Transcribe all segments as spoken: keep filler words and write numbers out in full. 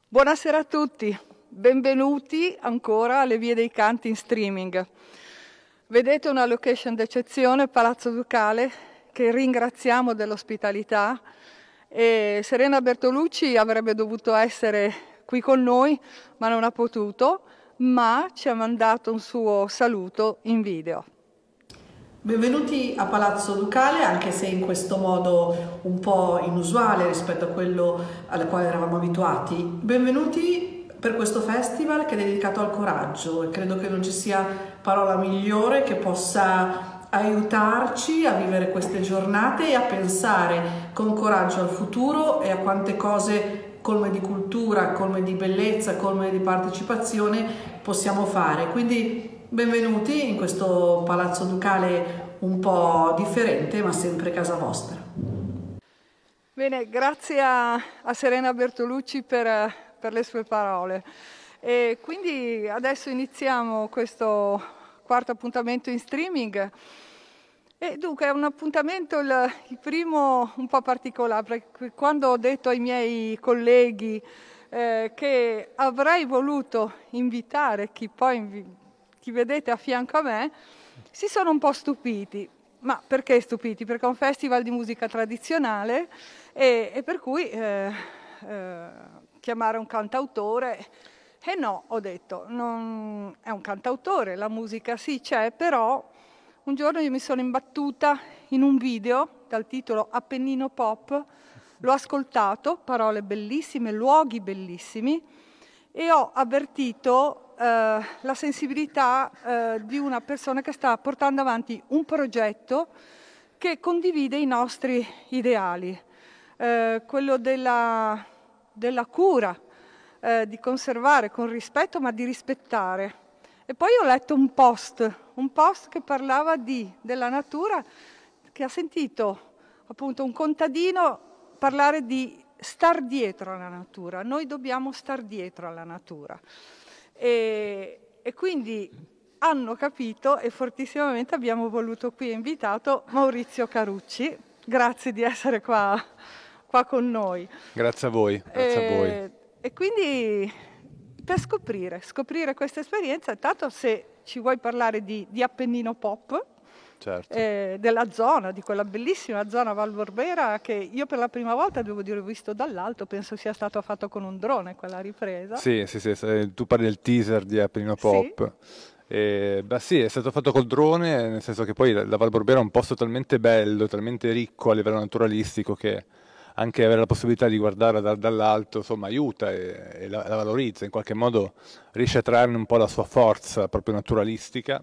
Buonasera a tutti, benvenuti ancora alle Vie dei Canti in streaming. Vedete una location d'eccezione, Palazzo Ducale, che ringraziamo dell'ospitalità. E Serena Bertolucci avrebbe dovuto essere qui con noi, ma non ha potuto, ma ci ha mandato un suo saluto in video. Benvenuti a Palazzo Ducale, anche se in questo modo un po' inusuale rispetto a quello al quale eravamo abituati. Benvenuti per questo festival che è dedicato al coraggio e credo che non ci sia parola migliore che possa aiutarci a vivere queste giornate e a pensare con coraggio al futuro e a quante cose colme di cultura, colme di bellezza, colme di partecipazione possiamo fare. Quindi benvenuti in questo Palazzo Ducale un po' differente, ma sempre casa vostra. Bene, grazie a, a Serena Bertolucci per, per le sue parole. E quindi adesso iniziamo questo quarto appuntamento in streaming. E dunque è un appuntamento, il, il primo un po' particolare, perché quando ho detto ai miei colleghi eh, che avrei voluto invitare chi poi invi- chi vedete a fianco a me, si sono un po' stupiti. Ma perché stupiti? Perché è un festival di musica tradizionale e, e per cui eh, eh, chiamare un cantautore, e no, ho detto, non è un cantautore, la musica sì c'è, però un giorno io mi sono imbattuta in un video dal titolo Appennino Pop, l'ho ascoltato, parole bellissime, luoghi bellissimi, e ho avvertito eh, la sensibilità eh, di una persona che sta portando avanti un progetto che condivide i nostri ideali, eh, quello della, della cura, eh, di conservare con rispetto ma di rispettare. E poi ho letto un post, un post che parlava di, della natura, che ha sentito appunto un contadino parlare di star dietro alla natura. Noi dobbiamo star dietro alla natura. E, e quindi hanno capito e fortissimamente abbiamo voluto qui invitato Maurizio Carucci. Grazie di essere qua, qua con noi. Grazie a voi, grazie e, a voi. E quindi per scoprire, scoprire questa esperienza, intanto se ci vuoi parlare di, di Appennino Pop, Certo. eh, della zona, di quella bellissima zona Val Borbera che io per la prima volta, devo dire, ho visto dall'alto, penso sia stato fatto con un drone quella ripresa. Sì, sì, sì, tu parli del teaser di Appennino Pop. Sì. E, beh sì, è stato fatto col drone, nel senso che poi la, la Val Borbera è un posto talmente bello, talmente ricco a livello naturalistico che anche avere la possibilità di guardarla da, dall'alto, insomma, aiuta e, e la, la valorizza, in qualche modo riesce a trarne un po' la sua forza proprio naturalistica.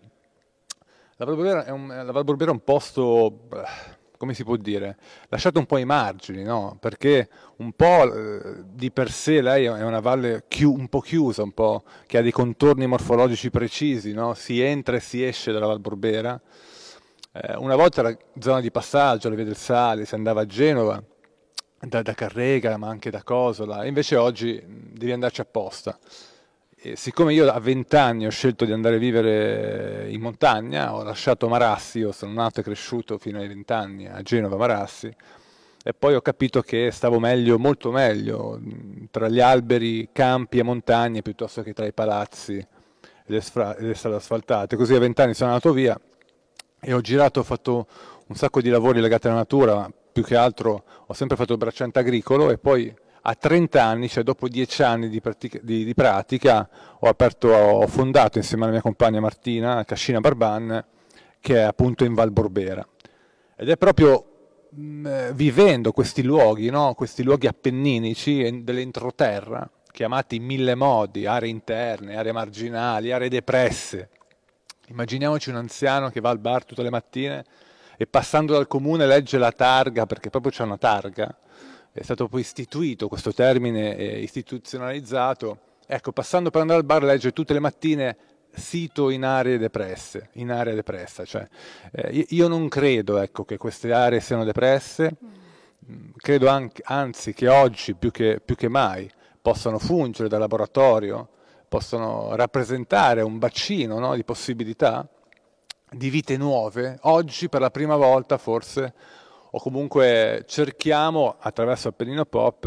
La Val Borbera è un, la Val Borbera è un posto, come si può dire, lasciato un po' ai margini, no? Perché un po' eh, di per sé lei è una valle chiu, un po' chiusa, un po' che ha dei contorni morfologici precisi, no? Si entra e si esce dalla Val Borbera. Eh, una volta era zona di passaggio, la Via del Sale, si andava a Genova, da, da Carrega, ma anche da Cosola, invece oggi mh, devi andarci apposta. E siccome io a vent'anni ho scelto di andare a vivere in montagna, ho lasciato Marassi, io sono nato e cresciuto fino ai vent'anni a Genova, Marassi, e poi ho capito che stavo meglio, molto meglio, mh, tra gli alberi, campi e montagne, piuttosto che tra i palazzi e le, sfra- e le strade asfaltate. Così a vent'anni sono andato via e ho girato, ho fatto un sacco di lavori legati alla natura, ma più che altro ho sempre fatto il bracciante agricolo e poi a trenta anni, cioè dopo dieci anni di pratica, di, di pratica, ho, aperto, ho fondato insieme alla mia compagna Martina, Cascina Barban, che è appunto in Val Borbera. Ed è proprio mh, vivendo questi luoghi, no? Questi luoghi appenninici dell'entroterra, chiamati in mille modi, aree interne, aree marginali, aree depresse. Immaginiamoci un anziano che va al bar tutte le mattine e passando dal comune legge la targa, perché proprio c'è una targa, è stato poi istituito questo termine, eh, istituzionalizzato, ecco, passando per andare al bar legge tutte le mattine sito in aree depresse, in area depressa, cioè, eh, io non credo, ecco, che queste aree siano depresse, mm. credo anche, anzi che oggi più che, più che mai possano fungere da laboratorio, possono rappresentare un bacino, no, di possibilità, di vite nuove, oggi per la prima volta forse, o comunque cerchiamo attraverso Appennino Pop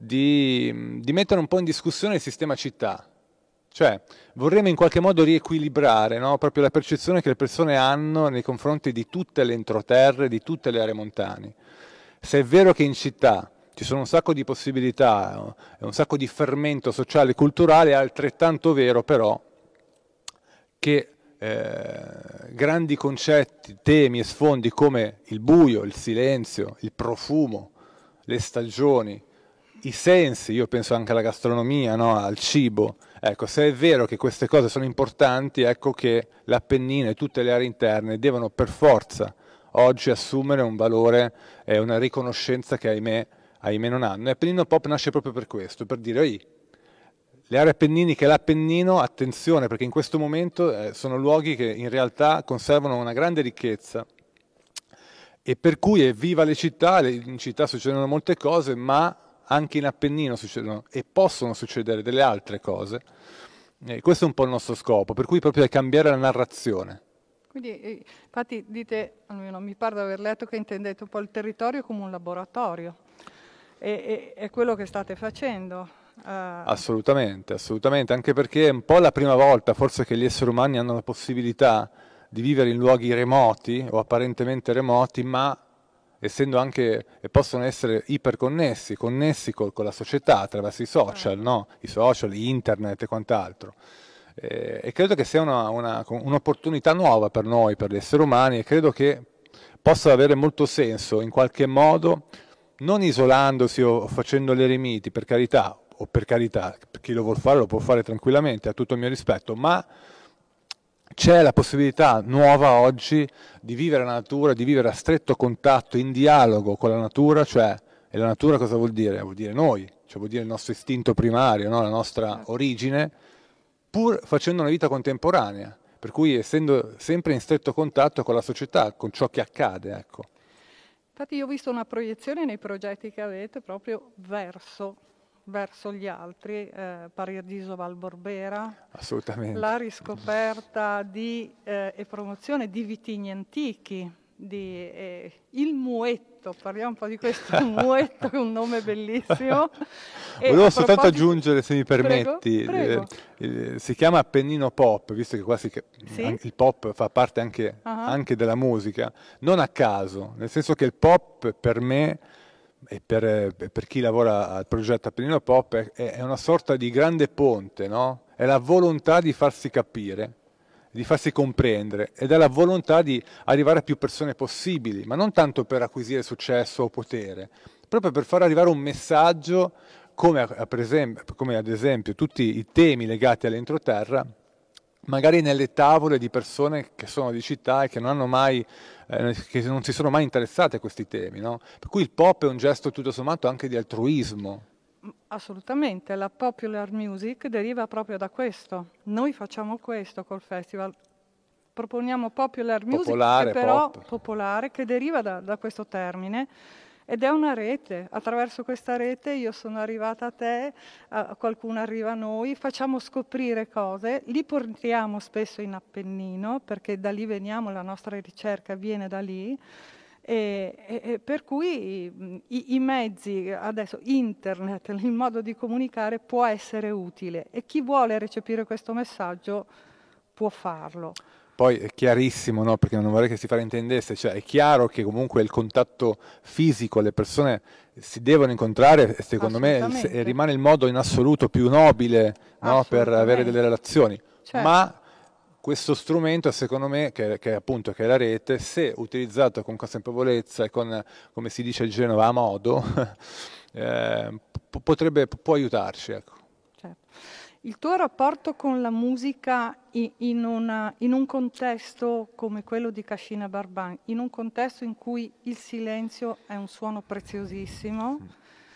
di, di mettere un po' in discussione il sistema città. Cioè, vorremmo in qualche modo riequilibrare, no? Proprio la percezione che le persone hanno nei confronti di tutte le entroterre, di tutte le aree montane. Se è vero che in città ci sono un sacco di possibilità e un sacco di fermento sociale e culturale, è altrettanto vero però che eh, grandi concetti, temi e sfondi come il buio, il silenzio, il profumo, le stagioni, i sensi, io penso anche alla gastronomia, no? Al cibo. Ecco, se è vero che queste cose sono importanti, ecco che l'Appennino e tutte le aree interne devono per forza oggi assumere un valore e una riconoscenza che ahimè, ahimè non hanno. E Appennino Pop nasce proprio per questo, per dire, oi, le aree appenniniche e l'Appennino, attenzione, perché in questo momento eh, sono luoghi che in realtà conservano una grande ricchezza e per cui è viva le città, in città succedono molte cose, ma anche in Appennino succedono e possono succedere delle altre cose. E questo è un po' il nostro scopo, per cui proprio è cambiare la narrazione. Quindi, infatti, dite, almeno mi pare di aver letto che intendete un po' il territorio come un laboratorio. E, e, è quello che state facendo. Uh... Assolutamente, assolutamente, anche perché è un po' la prima volta forse che gli esseri umani hanno la possibilità di vivere in luoghi remoti o apparentemente remoti, ma essendo anche, e possono essere iperconnessi, connessi col, con la società attraverso i social, uh... no? I social, internet e quant'altro. Eh, e credo che sia una, una, un'opportunità nuova per noi, per gli esseri umani, e credo che possa avere molto senso in qualche modo, non isolandosi o facendo le eremiti, per carità, o per carità, chi lo vuol fare lo può fare tranquillamente, ha tutto il mio rispetto, ma c'è la possibilità nuova oggi di vivere la natura, di vivere a stretto contatto, in dialogo con la natura, cioè, e la natura cosa vuol dire? Vuol dire noi, cioè vuol dire il nostro istinto primario, no? La nostra origine, pur facendo una vita contemporanea, per cui essendo sempre in stretto contatto con la società, con ciò che accade, ecco. Infatti io ho visto una proiezione nei progetti che avete proprio verso, verso gli altri, eh, Paradiso Val Borbera, assolutamente, la riscoperta di, eh, e promozione di vitigni antichi, di, eh, il Muetto, parliamo un po' di questo Muetto, che è un nome bellissimo. Volevo soltanto aggiungere, se mi permetti, prego, prego. Eh, eh, si chiama Appennino Pop, visto che quasi che sì? il pop fa parte anche, uh-huh. anche della musica, non a caso, nel senso che il pop per me e per, per chi lavora al progetto Appennino Pop è, è una sorta di grande ponte, no? È la volontà di farsi capire, di farsi comprendere ed è la volontà di arrivare a più persone possibili, ma non tanto per acquisire successo o potere, proprio per far arrivare un messaggio come, per esempio, come ad esempio tutti i temi legati all'entroterra, magari nelle tavole di persone che sono di città e che non hanno mai, eh, che non si sono mai interessate a questi temi, no? Per cui il pop è un gesto tutto sommato anche di altruismo. Assolutamente, la popular music deriva proprio da questo. Noi facciamo questo col festival, proponiamo popular music, popolare, che però pop. popolare, che deriva da, da questo termine, ed è una rete. Attraverso questa rete io sono arrivata a te, a qualcuno arriva a noi, facciamo scoprire cose, li portiamo spesso in Appennino, perché da lì veniamo, la nostra ricerca viene da lì. E, e, e per cui i, i mezzi, adesso internet, il modo di comunicare può essere utile e chi vuole recepire questo messaggio può farlo. Poi è chiarissimo, no? Perché non vorrei che si fraintendesse, cioè è chiaro che comunque il contatto fisico, le persone si devono incontrare e secondo me il, rimane il modo in assoluto più nobile, no? Per avere delle relazioni, certo. Ma questo strumento, secondo me, che, che appunto che è la rete, se utilizzato con consapevolezza e con, come si dice a Genova, a modo, eh, potrebbe, può aiutarci. Ecco. Certo. Il tuo rapporto con la musica in, una, in un contesto come quello di Cascina Barban, in un contesto in cui il silenzio è un suono preziosissimo, mm.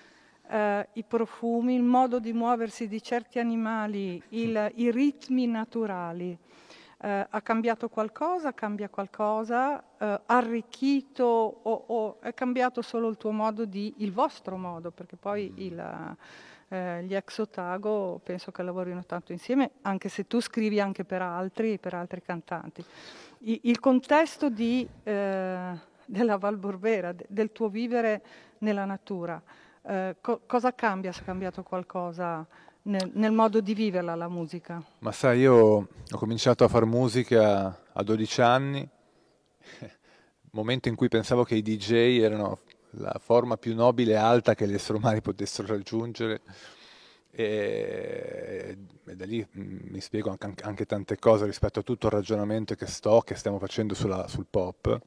eh, i profumi, il modo di muoversi di certi animali, il, i ritmi naturali, Uh, ha cambiato qualcosa, cambia qualcosa, uh, arricchito o, o è cambiato solo il tuo modo di, il vostro modo, perché poi il, uh, gli ex Otago penso che lavorino tanto insieme, anche se tu scrivi anche per altri, per altri cantanti. I, il contesto di, uh, della Val Borbera, de, del tuo vivere nella natura, Eh, co cosa cambia, se è cambiato qualcosa nel, nel modo di viverla la musica? Ma sai, io ho cominciato a fare musica a dodici anni, momento in cui pensavo che i D J erano la forma più nobile e alta che gli esseri umani potessero raggiungere. E, e da lì mm, mi spiego anche, anche tante cose rispetto a tutto il ragionamento che sto, che stiamo facendo sulla- sul pop.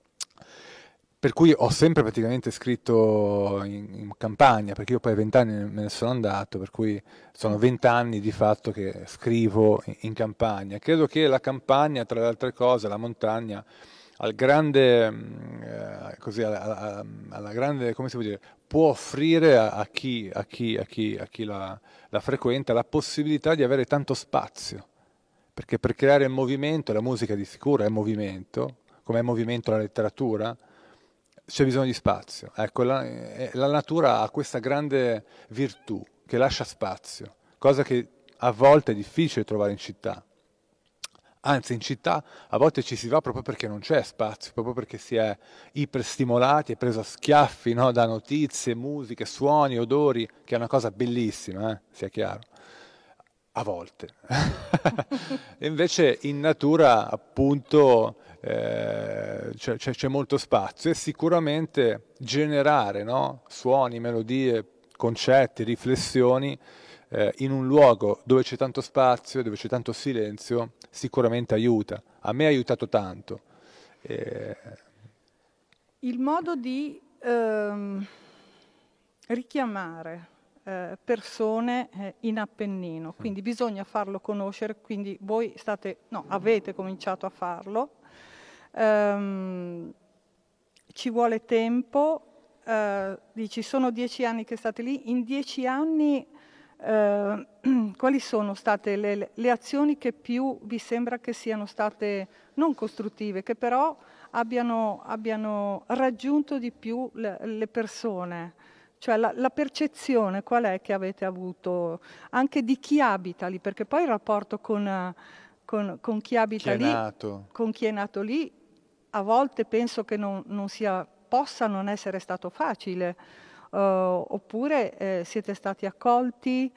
Per cui ho sempre praticamente scritto in, in campagna, perché io poi a vent'anni me ne sono andato, per cui sono vent'anni di fatto che scrivo in, in campagna. Credo che la campagna, tra le altre cose, la montagna, al grande, mm, eh, così, alla, alla- alla grande, come si può dire, può offrire a, a chi, a chi- a chi- a chi la, la frequenta la possibilità di avere tanto spazio, perché per creare il movimento, la musica di sicuro è movimento, come è movimento la letteratura, c'è bisogno di spazio. Ecco, la, eh, la natura ha questa grande virtù che lascia spazio, cosa che a volte è difficile trovare in città. Anzi, in città a volte ci si va proprio perché non c'è spazio, proprio perché si è iperstimolati, è preso a schiaffi, no, da notizie, musiche, suoni, odori, che è una cosa bellissima, eh, sia chiaro, a volte. E invece in natura, appunto, eh, c'è c'è- c'è molto spazio e sicuramente generare, no, suoni, melodie, concetti, riflessioni eh, in un luogo dove c'è tanto spazio, dove c'è tanto silenzio, sicuramente aiuta. A me ha aiutato tanto. Eh, Il modo di ehm, richiamare eh, persone eh, in Appennino, quindi bisogna farlo conoscere, quindi voi state, no, avete cominciato a farlo, ehm, ci vuole tempo, eh, dici sono dieci anni che state lì, in dieci anni eh, quali sono state le, le azioni che più vi sembra che siano state non costruttive, che però abbiano, abbiano raggiunto di più le, le persone? Cioè la, la percezione qual è che avete avuto anche di chi abita lì, perché poi il rapporto con, eh, con- con chi chi abita è lì, nato? con chi è nato lì, a volte penso che non, non sia, possa non essere stato facile, eh, oppure eh, siete stati accolti,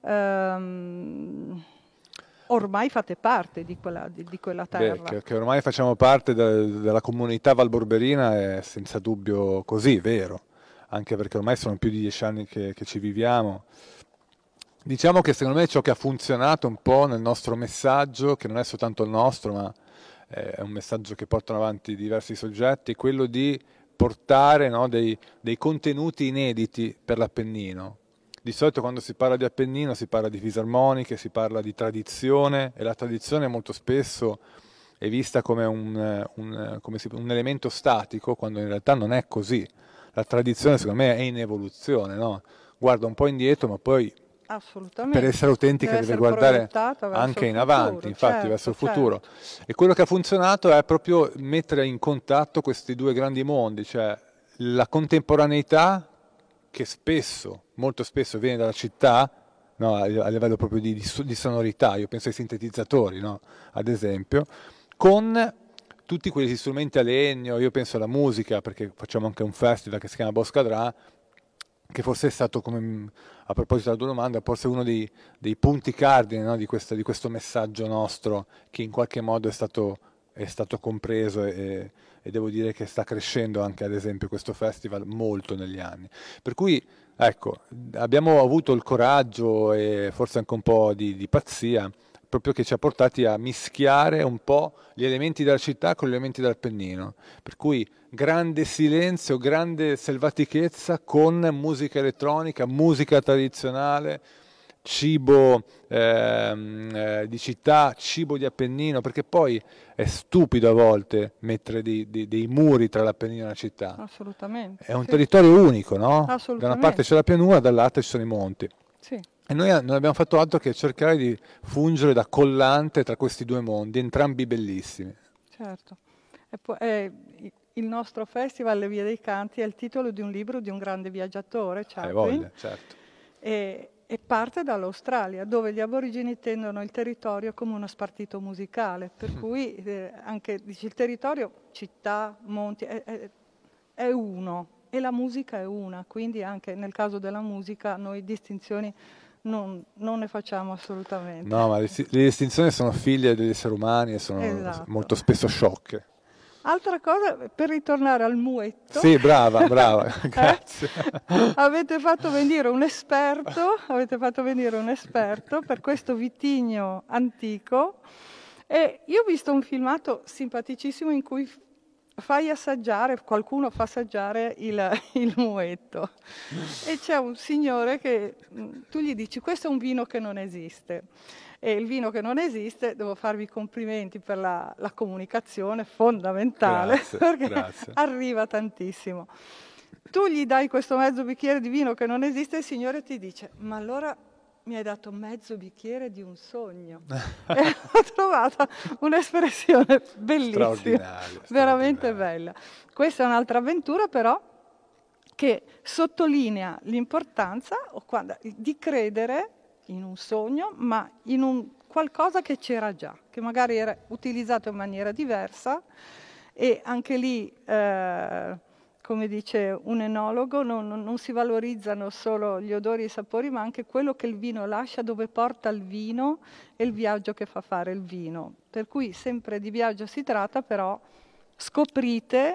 ehm, ormai fate parte di quella, di, di quella Beh, terra. che, che ormai facciamo parte de- della comunità valborberina è senza dubbio così, vero, anche perché ormai sono più di dieci anni che, che ci viviamo. Diciamo che secondo me ciò che ha funzionato un po' nel nostro messaggio, che non è soltanto il nostro, ma è un messaggio che portano avanti diversi soggetti, è quello di portare, no, dei, dei contenuti inediti per l'Appennino. Di solito quando si parla di Appennino si parla di fisarmoniche, si parla di tradizione e la tradizione molto spesso è vista come un, eh, un, eh, come si- un elemento statico, quando in realtà non è così. La tradizione secondo me è in evoluzione, no? Guarda un po' indietro, ma poi per Assolutamente. essere autentica Deve deve essere guardare proiettata verso anche il in avanti, futuro, infatti, verso certo, il futuro. certo. E quello che ha funzionato è proprio mettere in contatto questi due grandi mondi, cioè la contemporaneità che spesso, molto spesso viene dalla città, no, a a livello proprio di, di so- di sonorità, io penso ai sintetizzatori, no, ad esempio, con tutti quegli strumenti a legno, io penso alla musica, perché facciamo anche un festival che si chiama Boscadrà, che forse è stato, come, a proposito della tua domanda, forse uno dei, dei punti cardine, no, di, questa- di questo messaggio nostro che in qualche modo è stato, è stato compreso e, e devo dire che sta crescendo anche ad esempio questo festival molto negli anni. Per cui ecco, abbiamo avuto il coraggio e forse anche un po' di, di pazzia proprio che ci ha portati a mischiare un po' gli elementi della città con gli elementi dell'Appennino. Per cui grande silenzio, grande selvatichezza con musica elettronica, musica tradizionale, cibo ehm, eh, di città, cibo di Appennino, perché poi è stupido a volte mettere dei, dei- dei muri tra l'Appennino e la città. Assolutamente, È un sì. territorio unico, no? Da una parte c'è Assolutamente, la pianura, dall'altra ci sono i monti. sì, E noi non abbiamo fatto altro che cercare di fungere da collante tra questi due mondi, entrambi bellissimi. certo. E poi, eh, i- il nostro festival, Le Vie dei Canti, è il titolo di un libro di un grande viaggiatore, Hai Chaplin, voglia, certo. e, e parte dall'Australia, dove gli aborigeni intendono il territorio come uno spartito musicale, per cui eh, anche dici, il territorio, città, monti, è, è- è uno, e la musica è una, quindi anche nel caso della musica noi distinzioni non, non ne facciamo assolutamente. No, ma le, le distinzioni sono figlie degli esseri umani e sono Esatto. molto spesso sciocche. Altra cosa, per ritornare al muetto. Sì, brava, brava, grazie. Eh? Avete fatto venire un esperto, avete fatto venire un esperto per questo vitigno antico e io ho visto un filmato simpaticissimo in cui fai assaggiare, qualcuno fa assaggiare il, il muetto e c'è un signore che tu gli dici questo è un vino che non esiste. E il vino che non esiste, devo farvi i complimenti per la, la comunicazione fondamentale, Grazie, perché grazie. arriva tantissimo. Tu gli dai questo mezzo bicchiere di vino che non esiste e il Signore ti dice, ma allora mi hai dato mezzo bicchiere di un sogno. E ho trovato un'espressione bellissima, Straordinario, veramente straordinario. bella. Questa è un'altra avventura però che sottolinea l'importanza di credere in un sogno, ma in un qualcosa che c'era già, che magari era utilizzato in maniera diversa e anche lì, eh, come dice un enologo, non, non si valorizzano solo gli odori e i sapori, ma anche quello che il vino lascia, dove porta il vino e il viaggio che fa fare il vino. Per cui sempre di viaggio si tratta, però scoprite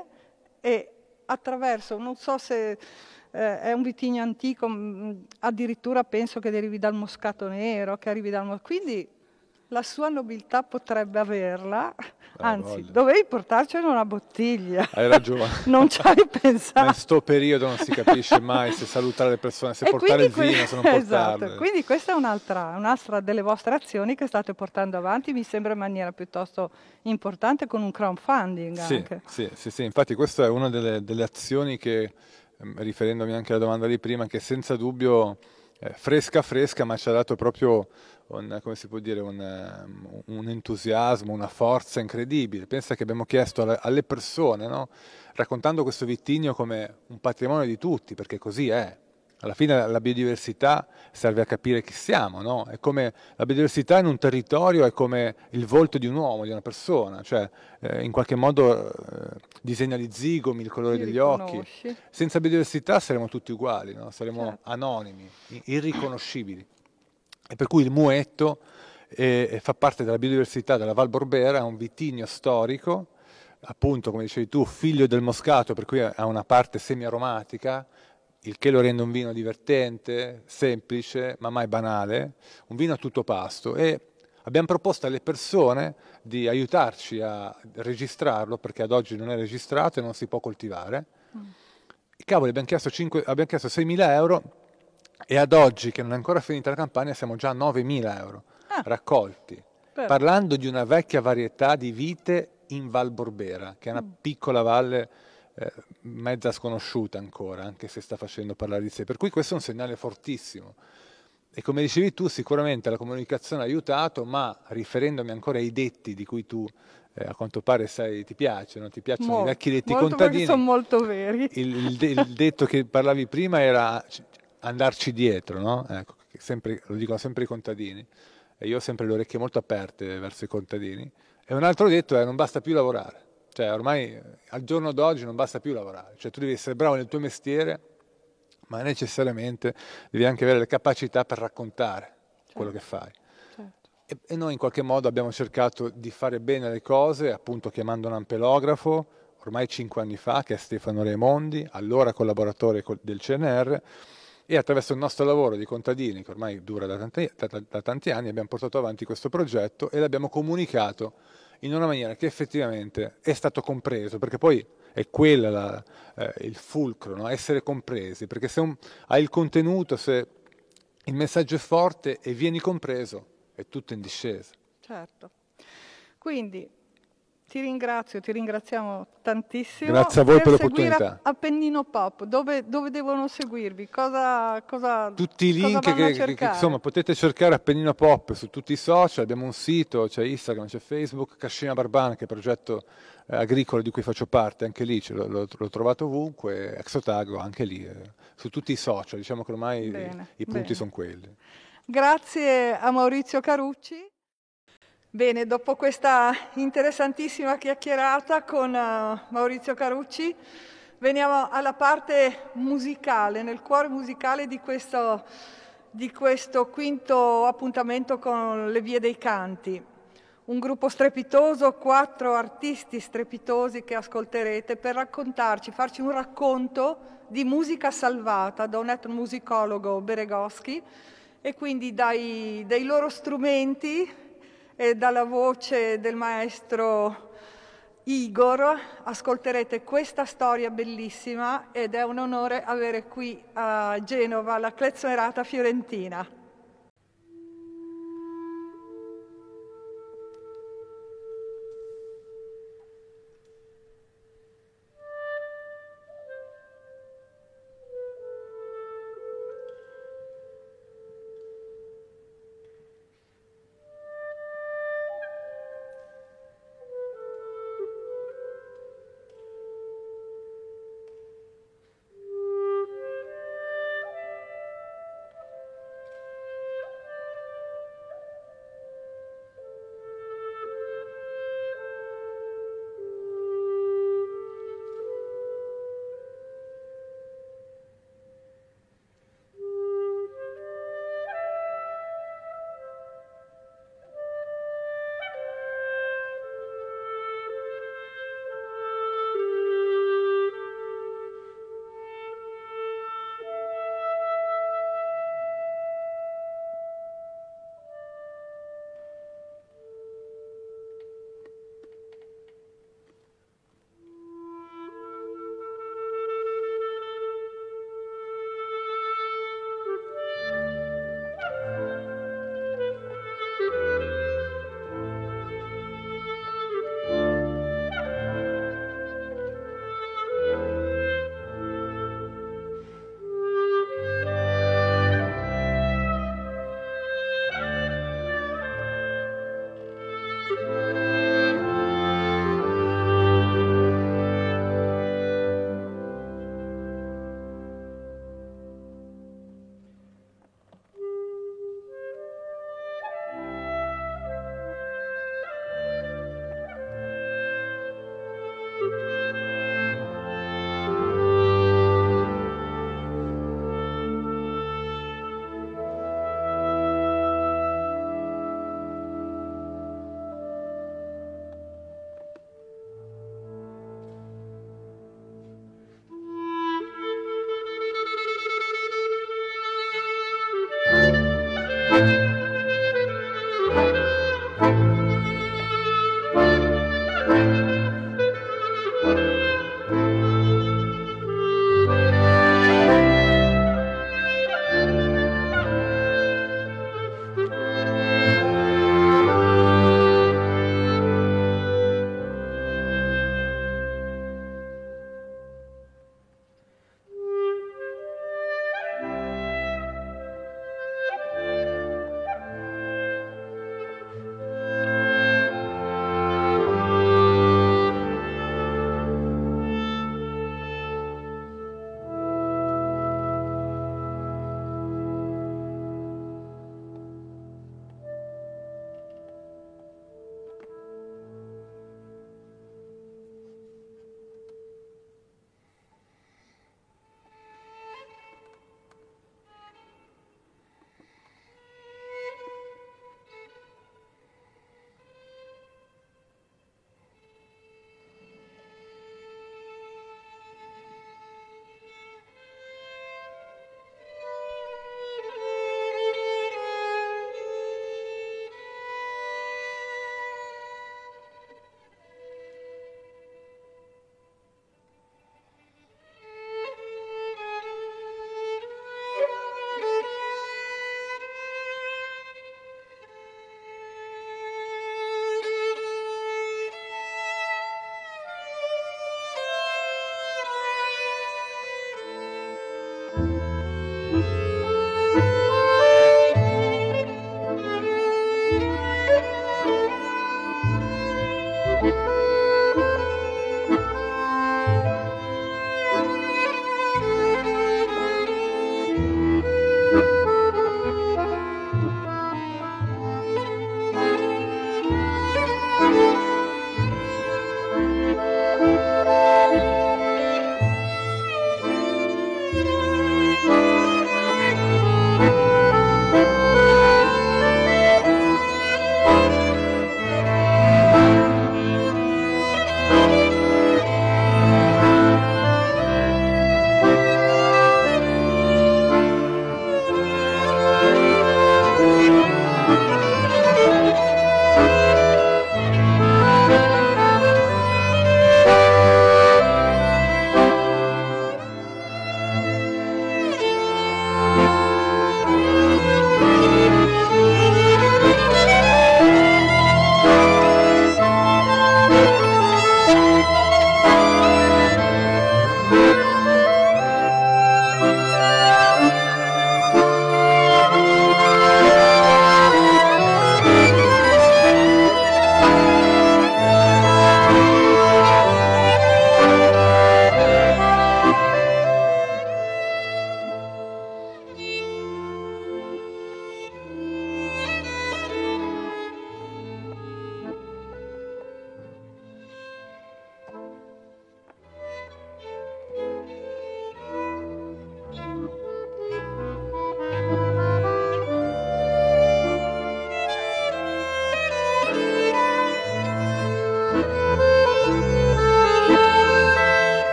e attraverso, non so se eh, è un vitigno antico, mh, addirittura penso che derivi dal moscato nero, che arrivi dal quindi la sua nobiltà potrebbe averla, anzi, voglia. dovevi portarcene una bottiglia. Hai ragione. Non ci hai pensato. Ma in sto periodo non si capisce mai se salutare le persone, se E portare il quindi vino, que- se non esatto. portarle. Quindi questa è un'altra, un'altra delle vostre azioni che state portando avanti, mi sembra in maniera piuttosto importante, con un crowdfunding Sì, anche. sì, sì, sì, infatti questa è una delle, delle azioni che, ehm, riferendomi anche alla domanda di prima, che senza dubbio eh, fresca fresca, ma ci ha dato proprio un, come si può dire, un, um, un entusiasmo, una forza incredibile. Pensa che abbiamo chiesto alle, alle persone, no? Raccontando questo vitigno come un patrimonio di tutti, perché così è. Alla fine la biodiversità serve a capire chi siamo, no? È come la biodiversità in un territorio è come il volto di un uomo, di una persona, cioè eh, in qualche modo eh, disegna gli zigomi, il colore Li degli occhi. riconosci. Senza biodiversità saremo tutti uguali, no? Saremo Certo. anonimi, i- irriconoscibili. E per cui il muetto eh, fa parte della biodiversità della Val Borbera, è un vitigno storico, appunto come dicevi tu, figlio del moscato, per cui ha una parte semi-aromatica, il che lo rende un vino divertente, semplice, ma mai banale, un vino a tutto pasto. E abbiamo proposto alle persone di aiutarci a registrarlo, perché ad oggi non è registrato e non si può coltivare. Mm. I cavoli, abbiamo chiesto, cinque abbiamo chiesto seimila euro e ad oggi, che non è ancora finita la campagna, siamo già a novemila euro Ah. raccolti. Però. Parlando di una vecchia varietà di vite in Val Borbera, che è una Mm. piccola valle eh, mezza sconosciuta ancora, anche se sta facendo parlare di sé. Per cui questo è un segnale fortissimo. E come dicevi tu, sicuramente la comunicazione ha aiutato, ma riferendomi ancora ai detti di cui tu eh, a quanto pare sei, ti piacciono, ti piacciono Molto, i vecchi detti molto contadini. perché sono molto veri. Il, il, de- il detto che parlavi prima era c- andarci dietro, no? Ecco, che sempre, lo dicono sempre i contadini. E io ho sempre le orecchie molto aperte verso i contadini. E un altro detto è non basta più lavorare. Cioè ormai eh, al giorno d'oggi non basta più lavorare. Cioè tu devi essere bravo nel tuo mestiere, ma necessariamente devi anche avere le capacità per raccontare quello che fai. Certo. E, e noi in qualche modo abbiamo cercato di fare bene le cose, appunto chiamando un ampelografo, ormai cinque anni fa, che è Stefano Raimondi, allora collaboratore col- del C N R, e attraverso il nostro lavoro di contadini, che ormai dura da tanti, da- da tanti anni, abbiamo portato avanti questo progetto e l'abbiamo comunicato in una maniera che effettivamente è stato compreso, perché poi è quella la, eh, il fulcro, no? Essere compresi, perché se un, hai il contenuto, se il messaggio è forte e vieni compreso, è tutto in discesa. Certo. Quindi ti ringrazio, ti ringraziamo tantissimo. Grazie a voi per seguire l'opportunità. Appennino Pop, dove, dove devono seguirvi? Cosa, cosa, Tutti i cosa link vanno a che, che- che, cercare? insomma potete cercare Appennino Pop su tutti i social, abbiamo un sito, c'è Instagram, c'è Facebook, Cascina Barbana che è il progetto eh, agricolo di cui faccio parte, anche lì ce l'ho, l'ho- l'ho trovato ovunque, Exotago anche lì, eh, su tutti i social, diciamo che ormai Bene, i, i punti bene. sono quelli. Grazie a Maurizio Carucci. Bene, dopo questa interessantissima chiacchierata con uh, Maurizio Carucci, veniamo alla parte musicale, nel cuore musicale di questo, di questo quinto appuntamento con le Vie dei Canti. Un gruppo strepitoso, quattro artisti strepitosi che ascolterete per raccontarci, farci un racconto di musica salvata da un etnomusicologo Beregoschi, e quindi dai, dai loro strumenti e dalla voce del maestro Igor ascolterete questa storia bellissima, ed è un onore avere qui a Genova la Klezmerata Fiorentina.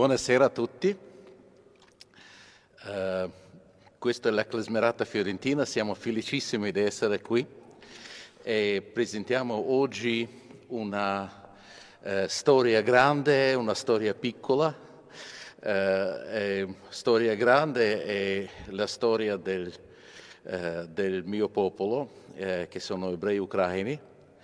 buonasera a tutti. Uh, questa è la Klezmerata Fiorentina, siamo felicissimi di essere qui e presentiamo oggi una uh, storia grande, una storia piccola. Uh, storia grande è la storia del, uh, del mio popolo, uh, che sono ebrei ucraini,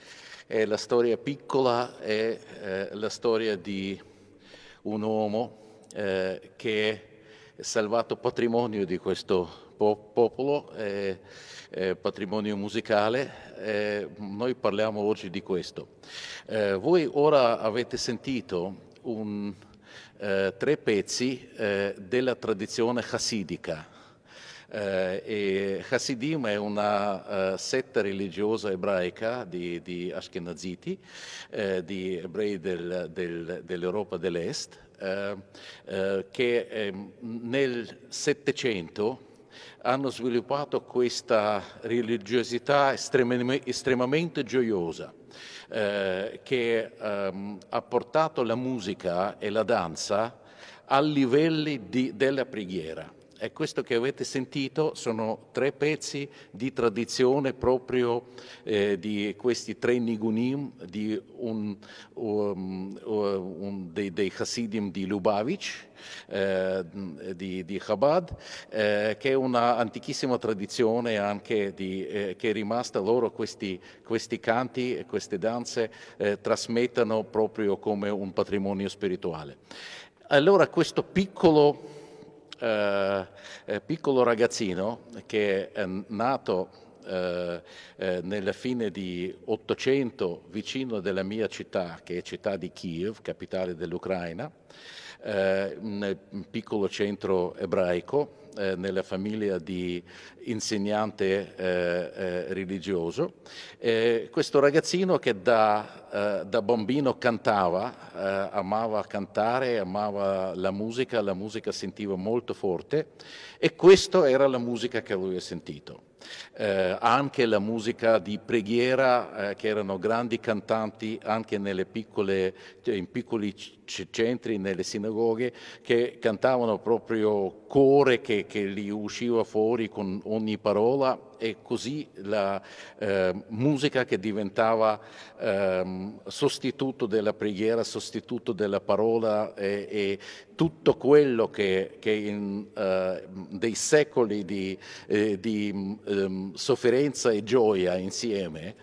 e la storia piccola è uh, la storia di un uomo eh, che è salvato patrimonio di questo po popolo, eh, eh, patrimonio musicale. Eh, noi parliamo oggi di questo. Eh, voi ora avete sentito un, eh, tre pezzi eh, della tradizione chassidica. Uh, e Hasidim è una uh, setta religiosa ebraica di, di Ashkenaziti, uh, di ebrei del, del, dell'Europa dell'Est, uh, uh, che um, nel Settecento hanno sviluppato questa religiosità estrem estremamente gioiosa, uh, che um, ha portato la musica e la danza a livelli di, della preghiera. E questo che avete sentito sono tre pezzi di tradizione proprio eh, di questi tre nigunim di un, um, um, dei, dei Hasidim di Lubavitch, eh, di, di Chabad, eh, che è una antichissima tradizione anche di, eh, che è rimasta loro. Questi, questi canti e queste danze eh, trasmettono proprio come un patrimonio spirituale. Allora questo piccolo Uh, eh, piccolo ragazzino che è nato uh, uh, nella fine di Ottocento vicino della mia città, che è città di Kiev, capitale dell'Ucraina, uh, un piccolo centro ebraico, uh, nella famiglia di insegnante uh, uh, religioso. Uh, questo ragazzino che da Uh, da bambino cantava, uh, amava cantare, amava la musica, la musica sentiva molto forte e questa era la musica che lui ha sentito. Uh, anche la musica di preghiera, uh, che erano grandi cantanti anche nelle piccole, in piccoli centri, nelle sinagoghe, che cantavano proprio core che, che gli usciva fuori con ogni parola, e così la eh, musica che diventava eh, sostituto della preghiera, sostituto della parola, e, e tutto quello che, che in uh, dei secoli di, eh, di um, sofferenza e gioia insieme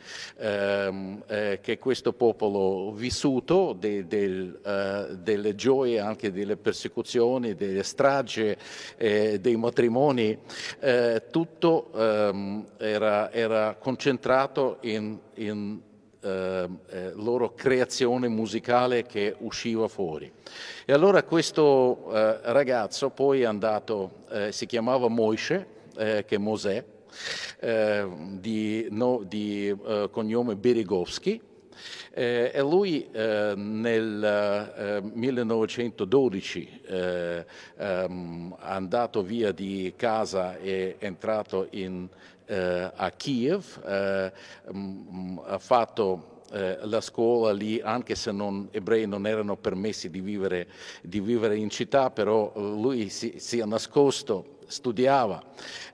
um, eh, che questo popolo ha vissuto, de, del, uh, delle gioie, anche delle persecuzioni, delle stragi, eh, dei matrimoni, eh, tutto um, era, era concentrato in, in Eh, eh, loro creazione musicale che usciva fuori. E allora questo eh, ragazzo poi è andato, eh, si chiamava Moshe, eh, che è Mosè, eh, di, no, di eh, cognome Berigovsky, eh, e lui eh, nel eh, millenovecentododici eh, ehm, è andato via di casa e è entrato in Uh, a Kiev, uh, um, ha fatto uh, la scuola lì, anche se non, ebrei non erano permessi di vivere, di vivere in città, però lui si, si è nascosto, studiava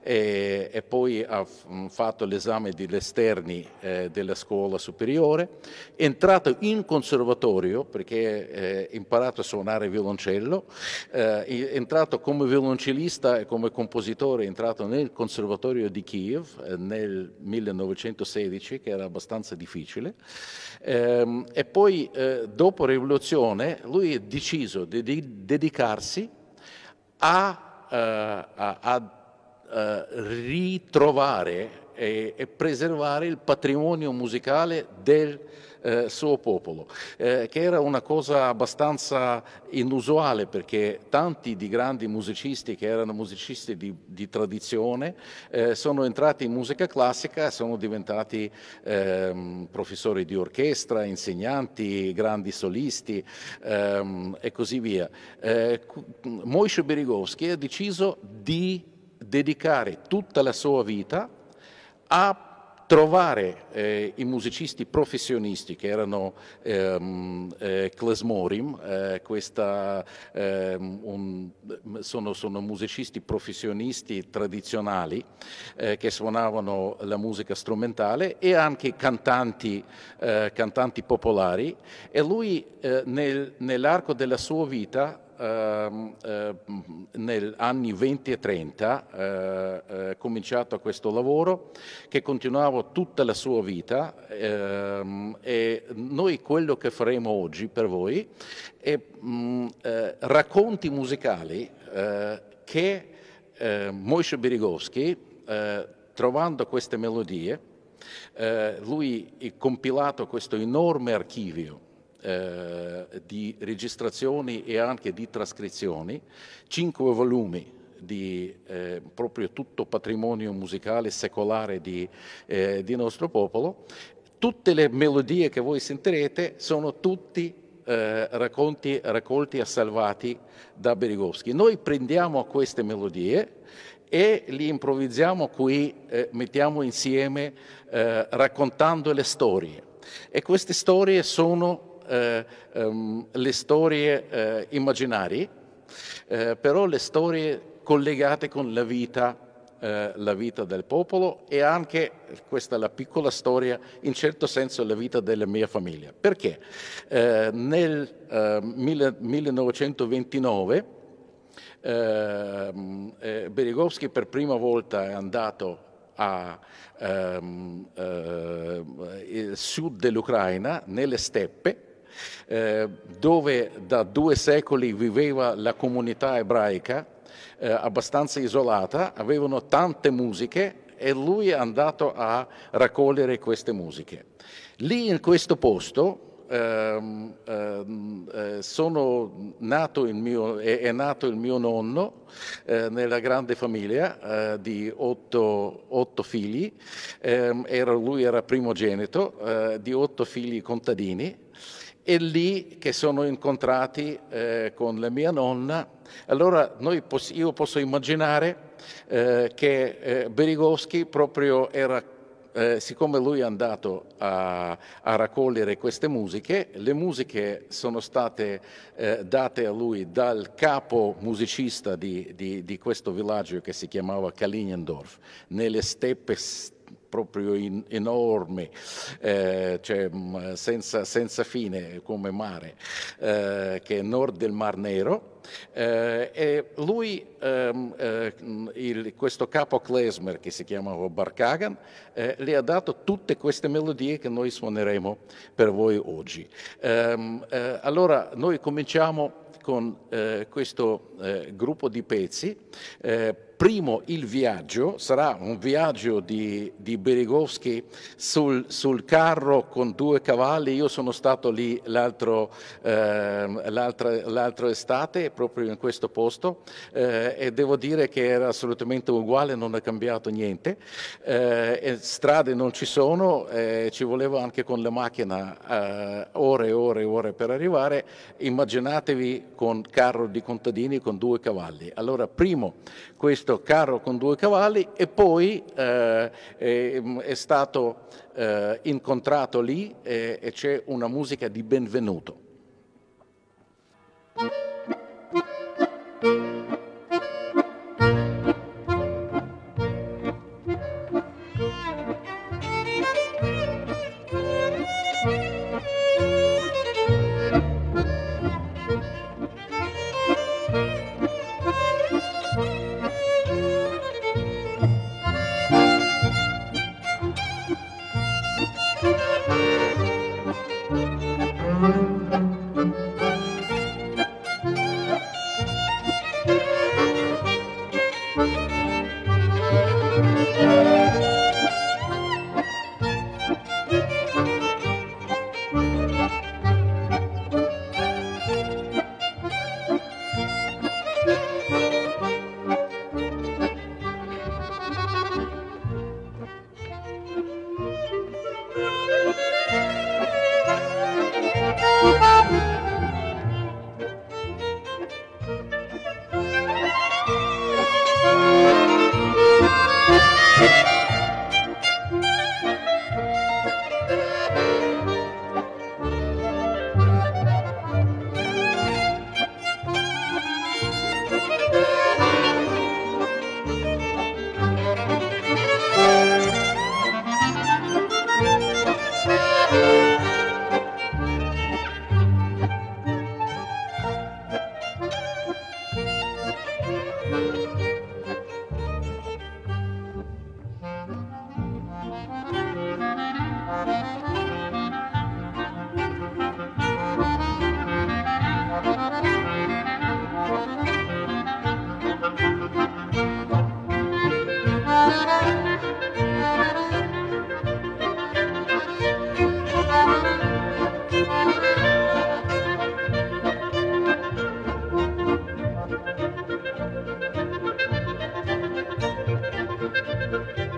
e, e poi ha fatto l'esame degli esterni eh, della scuola superiore, è entrato in conservatorio perché ha eh, imparato a suonare violoncello, eh, è entrato come violoncellista e come compositore, è entrato nel conservatorio di Kiev eh, nel millenovecentosedici, che era abbastanza difficile, eh, e poi eh, dopo la rivoluzione lui ha deciso di, di dedicarsi a Uh, a, a uh, ritrovare e, e preservare il patrimonio musicale del uh, suo popolo, uh, che era una cosa abbastanza inusuale, perché tanti di grandi musicisti che erano musicisti di, di tradizione uh, sono entrati in musica classica, sono diventati uh, professori di orchestra, insegnanti, grandi solisti um, e così via. Uh, Moshe Berigovsky ha deciso di dedicare tutta la sua vita a trovare eh, i musicisti professionisti che erano ehm, eh, klezmorim, eh, questa, ehm, un, sono, sono musicisti professionisti tradizionali eh, che suonavano la musica strumentale e anche cantanti, eh, cantanti popolari, e lui eh, nel, nell'arco della sua vita Uh, uh, negli anni venti e trenta ha uh, uh, cominciato questo lavoro che continuava tutta la sua vita, uh, e noi quello che faremo oggi per voi è um, uh, racconti musicali uh, che uh, Moshe Berigowski, uh, trovando queste melodie, uh, lui ha compilato questo enorme archivio Eh, di registrazioni e anche di trascrizioni, cinque volumi di eh, proprio tutto patrimonio musicale secolare di, eh, di nostro popolo. Tutte le melodie che voi sentirete sono tutti eh, racconti, raccolti e salvati da Berigowski. Noi prendiamo queste melodie e li improvvisiamo qui, eh, mettiamo insieme eh, raccontando le storie, e queste storie sono Uh, um, le storie uh, immaginarie, uh, però le storie collegate con la vita, uh, la vita del popolo, e anche, questa è la piccola storia, in certo senso la vita della mia famiglia. Perché? Uh, nel uh, millenovecentoventinove uh, uh, Berigowski per prima volta è andato a um, uh, sud dell'Ucraina, nelle steppe, Eh, dove da due secoli viveva la comunità ebraica, eh, abbastanza isolata, avevano tante musiche, e lui è andato a raccogliere queste musiche. Lì in questo posto ehm, ehm, eh, sono nato il mio, è, è nato il mio nonno eh, nella grande famiglia eh, di otto, otto figli, eh, era, lui era primogenito eh, di otto figli contadini. E lì che sono incontrati eh, con la mia nonna. Allora noi poss- io posso immaginare eh, che eh, Berigowski proprio era, eh, siccome lui è andato a, a raccogliere queste musiche, le musiche sono state eh, date a lui dal capo musicista di, di, di questo villaggio che si chiamava Kaliningrad, nelle steppe proprio in, enorme, eh, cioè, senza, senza fine come mare, eh, che è nord del Mar Nero. Eh, e lui, ehm, eh, il, questo capo klezmer che si chiamava Barkagan, eh, le ha dato tutte queste melodie che noi suoneremo per voi oggi. Eh, eh, allora noi cominciamo con eh, questo eh, gruppo di pezzi. Eh, Primo, il viaggio, sarà un viaggio di, di Berigowski sul, sul carro con due cavalli. Io sono stato lì l'altro, eh, l'altra, l'altra estate, proprio in questo posto, eh, e devo dire che era assolutamente uguale, non è cambiato niente. Eh, e strade non ci sono, eh, ci voleva anche con la macchina eh, ore e ore e ore per arrivare. Immaginatevi con carro di contadini con due cavalli. Allora, primo, questo carro con due cavalli, e poi eh, è, è stato eh, incontrato lì eh, e c'è una musica di benvenuto.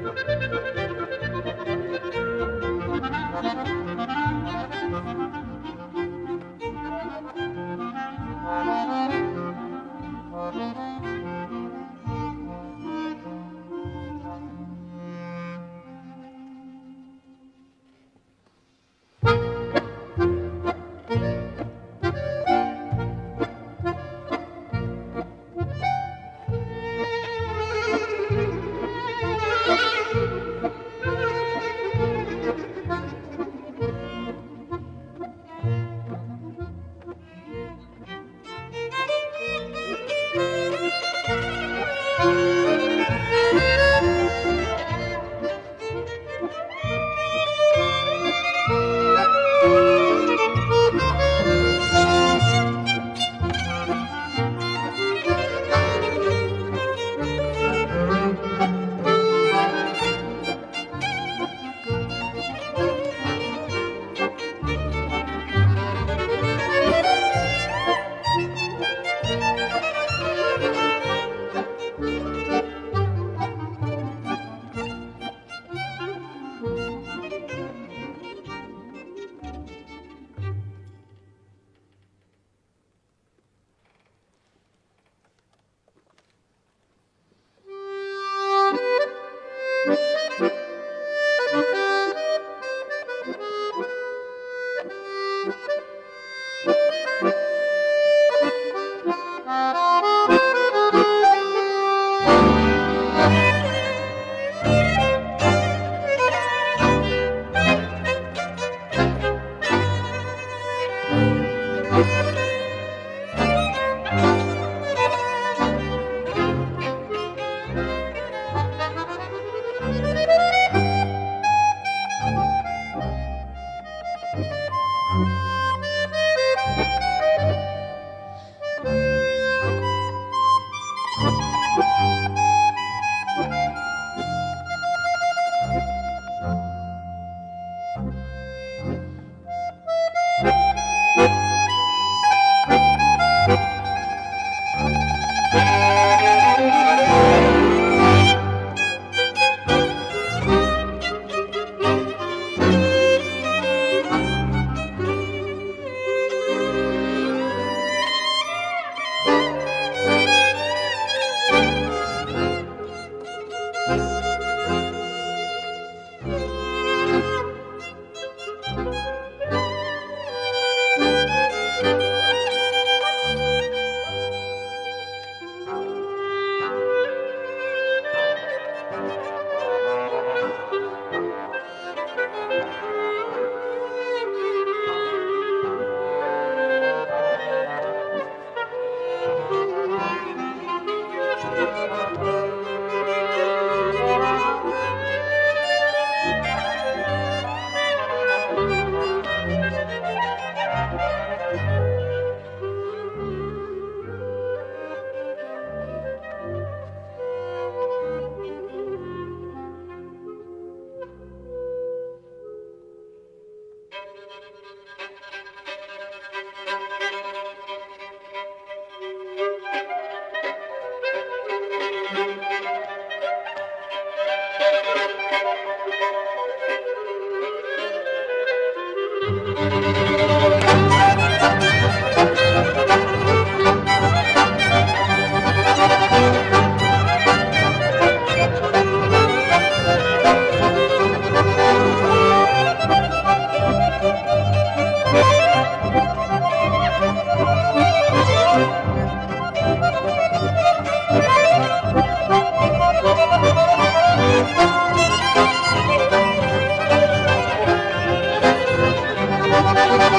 Thank you.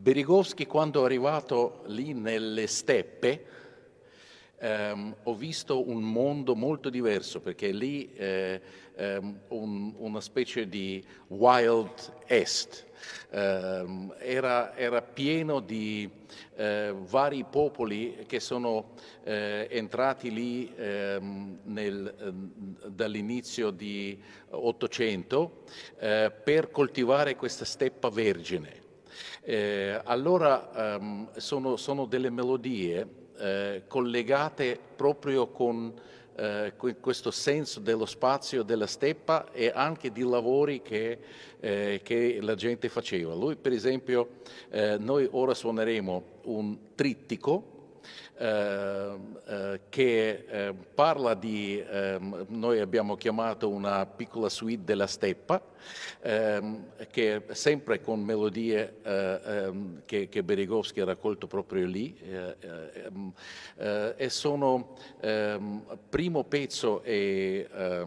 Berigovsky, quando è arrivato lì nelle steppe, Um, ho visto un mondo molto diverso, perché lì eh, um, un, una specie di Wild Est, um, era, era pieno di eh, vari popoli che sono eh, entrati lì ehm, nel, eh, dall'inizio di Ottocento eh, per coltivare questa steppa vergine. Eh, allora um, sono, sono delle melodie Eh, collegate proprio con, eh, con questo senso dello spazio della steppa e anche di lavori che, eh, che la gente faceva. Lui, per esempio, eh, noi ora suoneremo un trittico eh, eh, che eh, parla di, eh, noi abbiamo chiamato una piccola suite della steppa, eh, che sempre con melodie eh, eh, che, che Berigovsky ha raccolto proprio lì, eh, eh, e sono, eh, primo pezzo è eh,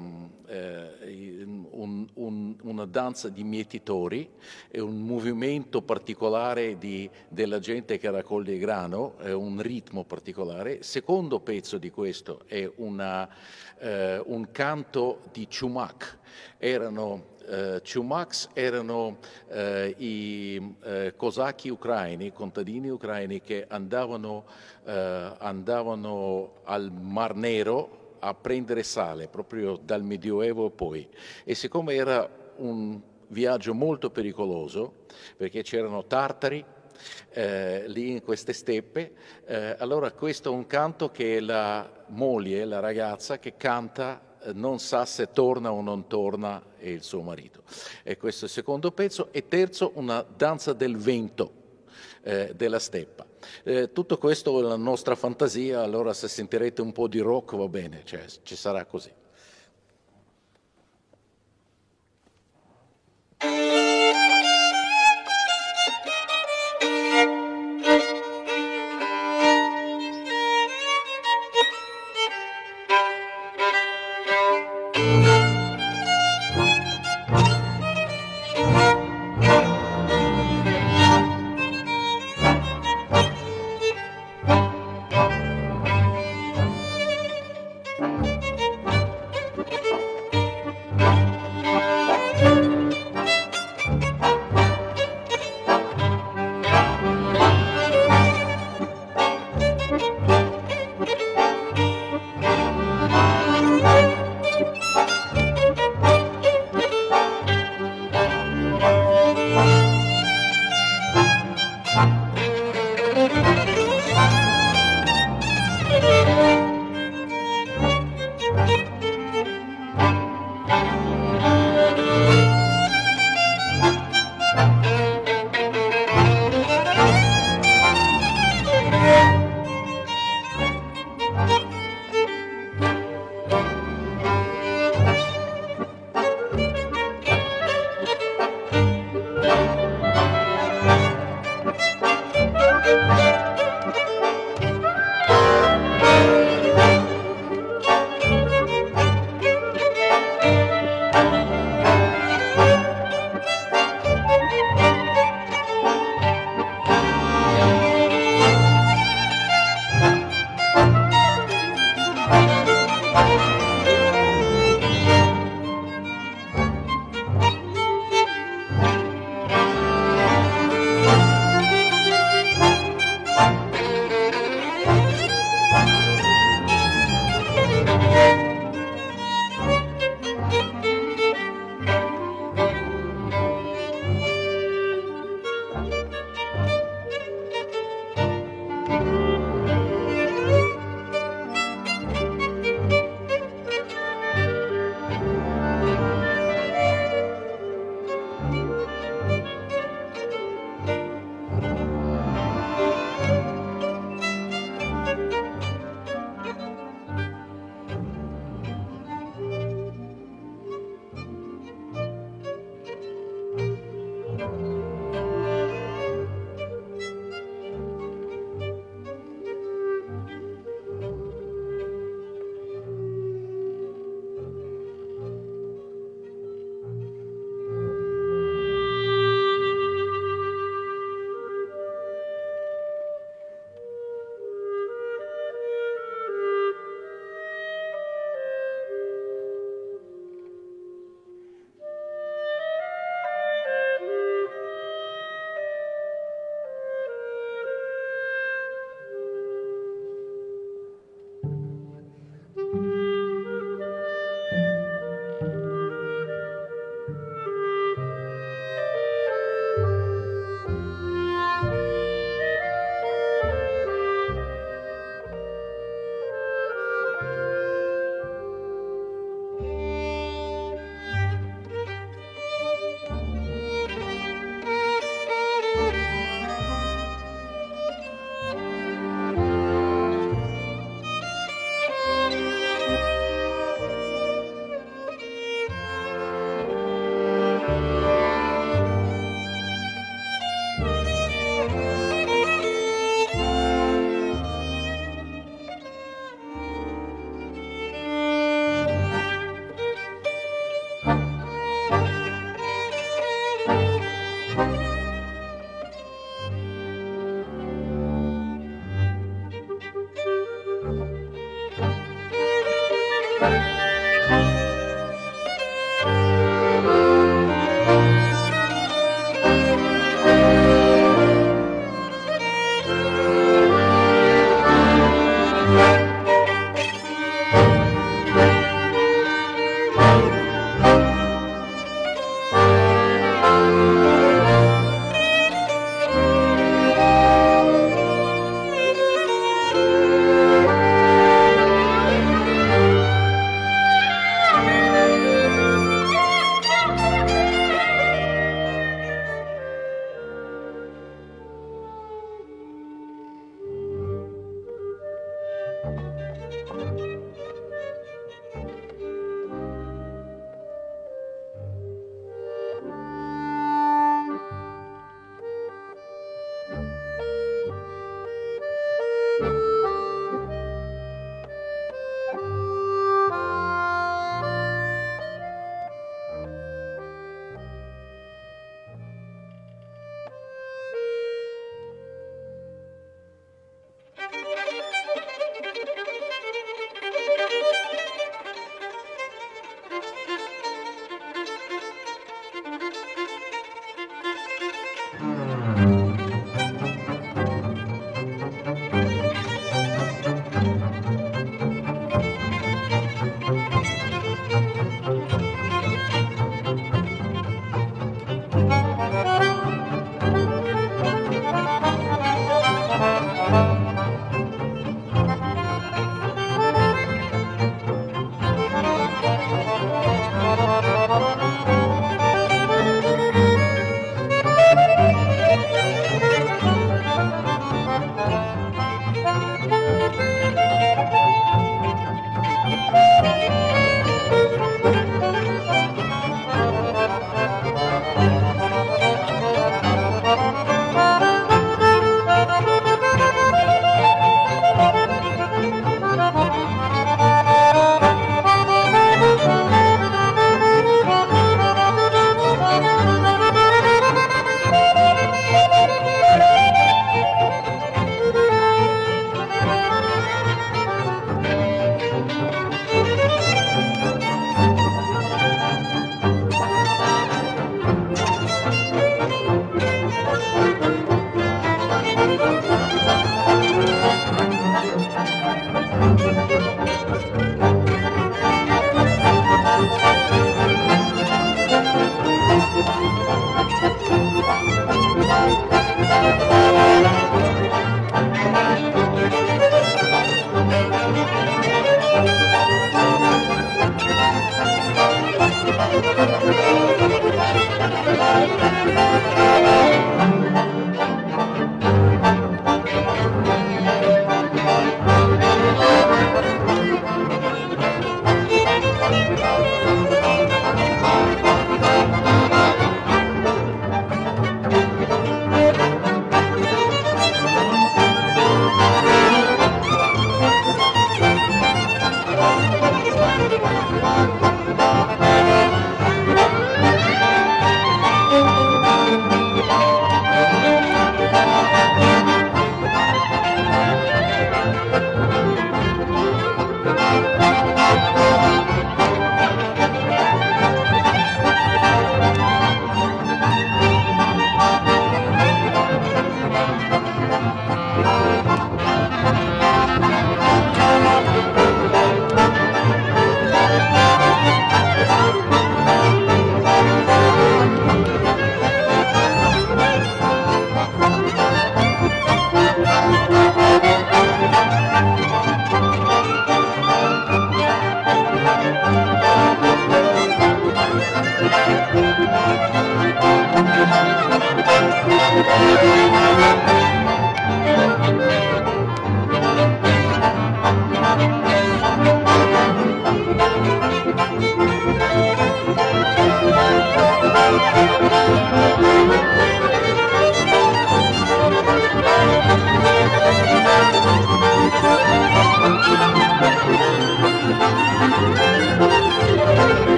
un, un, una danza di mietitori, è un movimento particolare di, della gente che raccoglie il grano, è un ritmo particolare. Secondo pezzo di questo è una, eh, un canto di Chumak. Erano Uh, Chumaks erano uh, i uh, cosacchi ucraini, contadini ucraini che andavano, uh, andavano al Mar Nero a prendere sale, proprio dal Medioevo poi. E siccome era un viaggio molto pericoloso, perché c'erano tartari eh, lì in queste steppe, eh, allora questo è un canto che la moglie, la ragazza, che canta, non sa se torna o non torna è il suo marito. E questo è il secondo pezzo. E terzo, una danza del vento eh, della steppa. Eh, tutto questo è la nostra fantasia, allora se sentirete un po' di rock va bene, cioè, ci sarà così.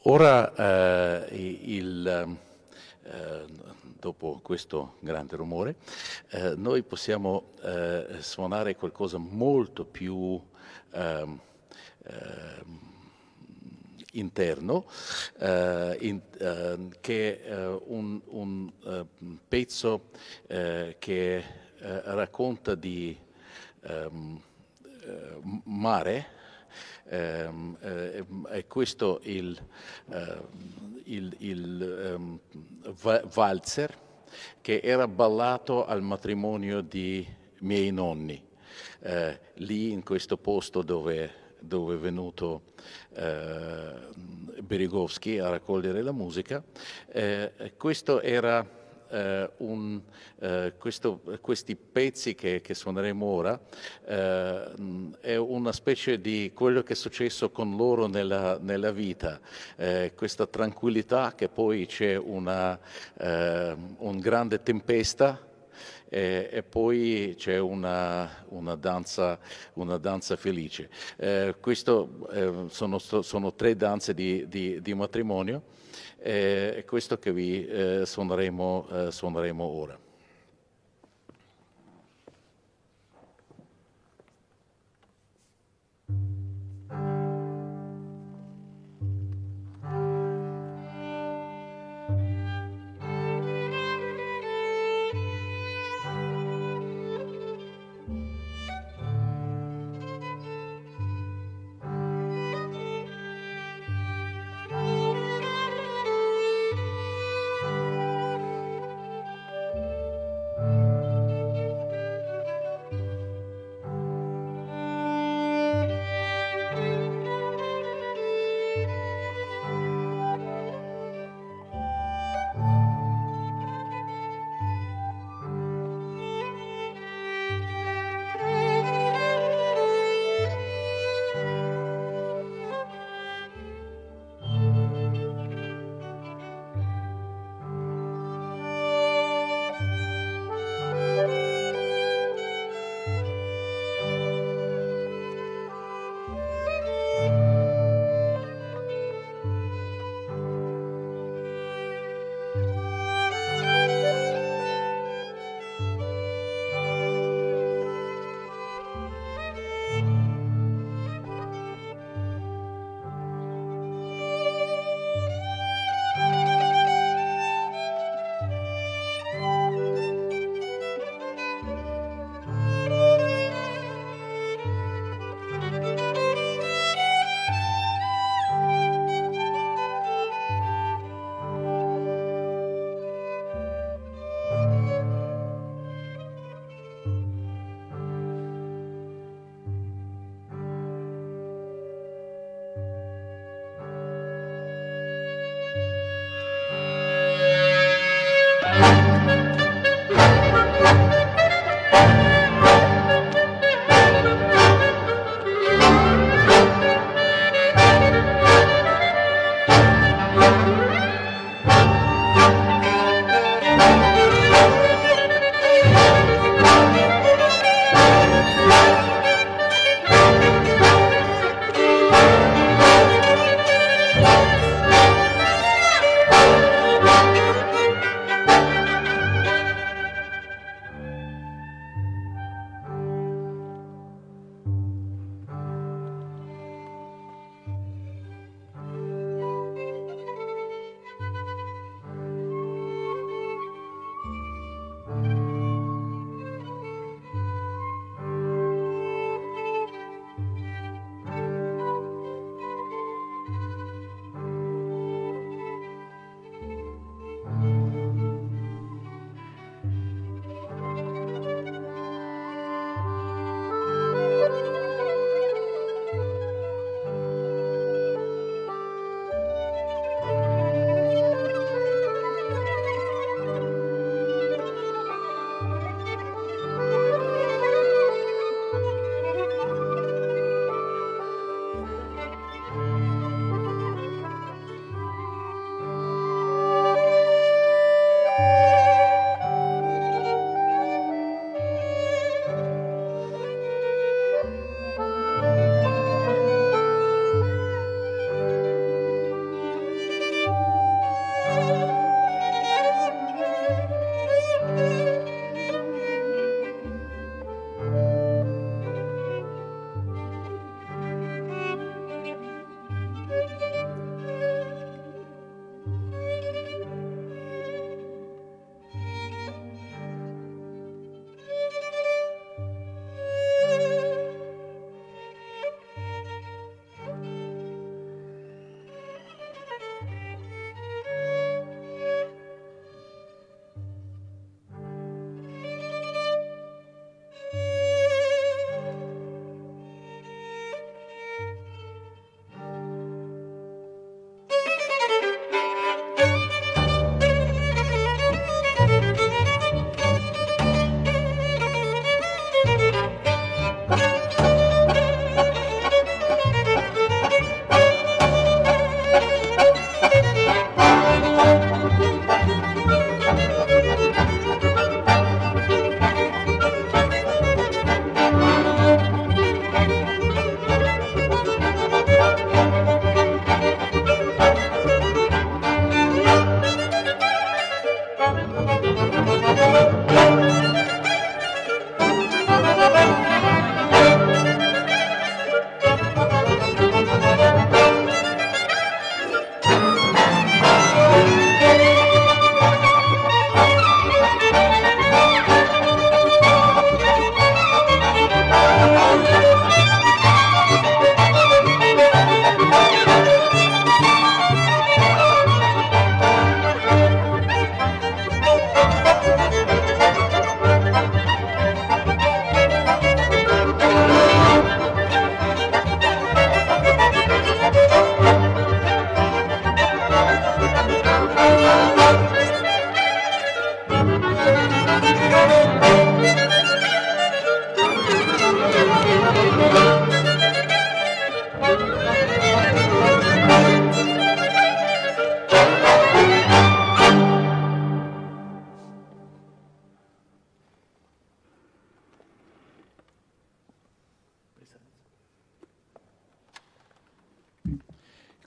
ora eh, il, eh, dopo questo grande rumore, eh, noi possiamo eh, suonare qualcosa molto più ehm, ehm, interno, eh, in, eh, che è uh, un, un uh, pezzo uh, che uh, racconta di um, uh, mare, um, uh, e questo il, uh, il, il um, valzer che era ballato al matrimonio di miei nonni, uh, lì in questo posto dove dove è venuto eh, Berigowski a raccogliere la musica. Eh, questo era eh, un, eh, questo, questi pezzi che, che suoneremo ora eh, è una specie di quello che è successo con loro nella, nella vita, eh, questa tranquillità che poi c'è una eh, un grande tempesta. E, e poi c'è una, una, danza, una danza felice. Eh, questo eh, sono, sono tre danze di, di, di matrimonio, e eh, questo che vi eh, suoneremo, eh, suoneremo ora.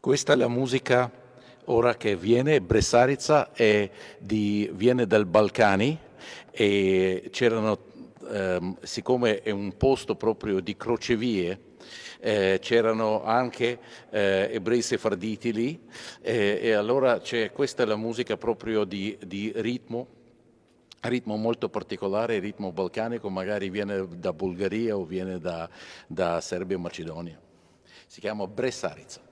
Questa è la musica ora che viene, Bresarica è di, viene dal Balcani e c'erano, ehm, siccome è un posto proprio di crocevie, eh, c'erano anche eh, ebrei sefarditi lì eh, e allora c'è, questa è la musica proprio di, di ritmo, ritmo molto particolare, ritmo balcanico, magari viene da Bulgaria o viene da, da Serbia o Macedonia. Si chiama Bresarica.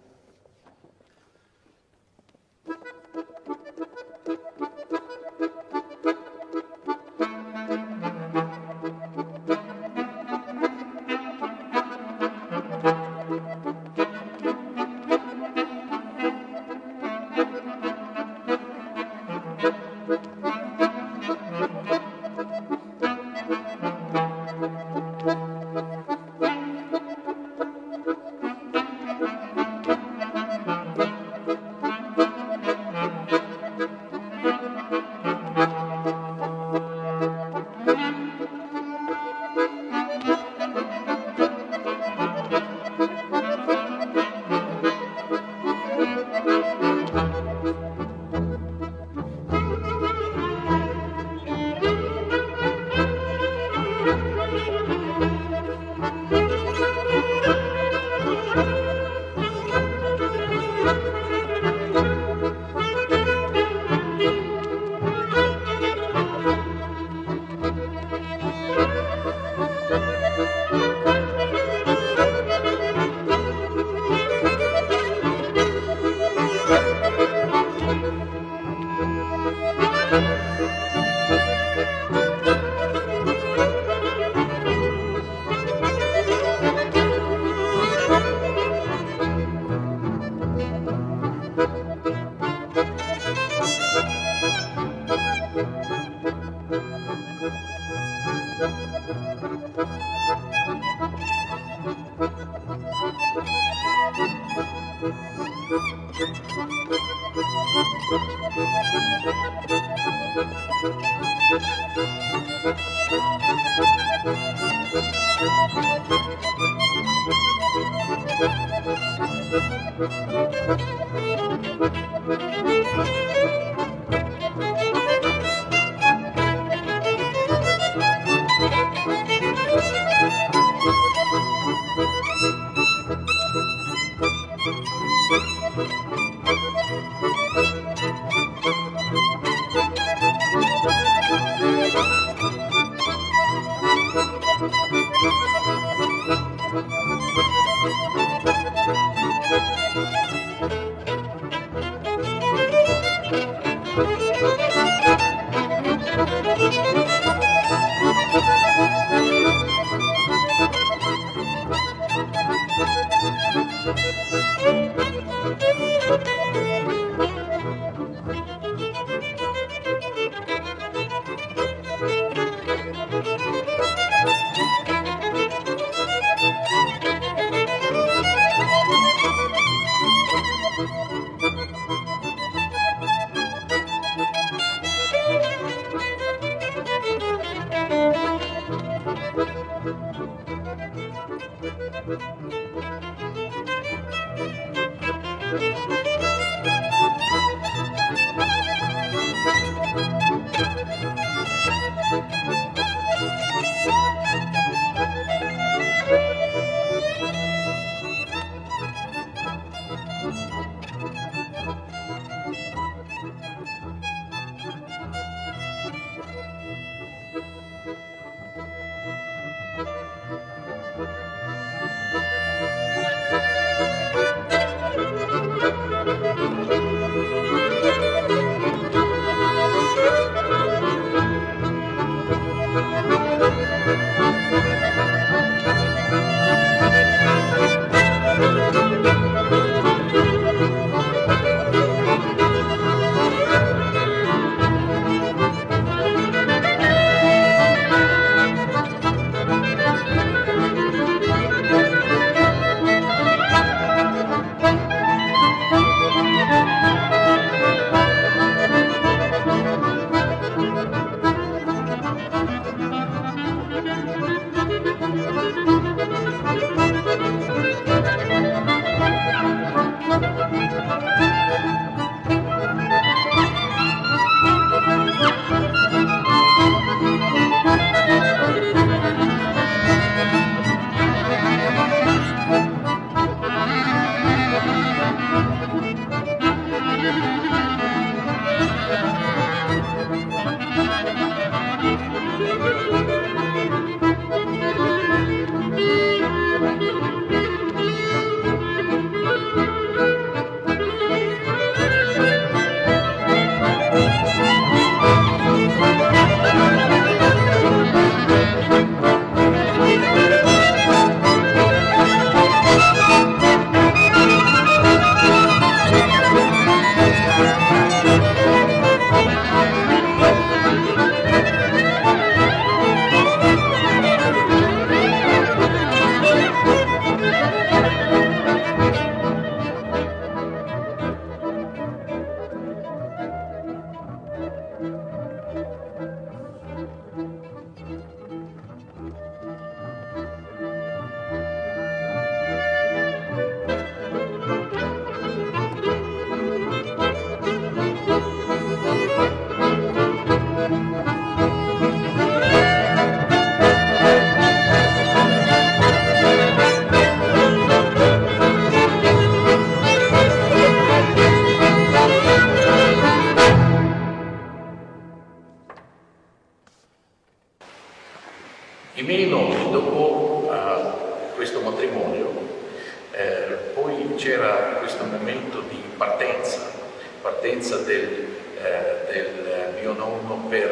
I miei nonni, dopo uh, questo matrimonio, eh, poi c'era questo momento di partenza, partenza del, eh, del mio nonno per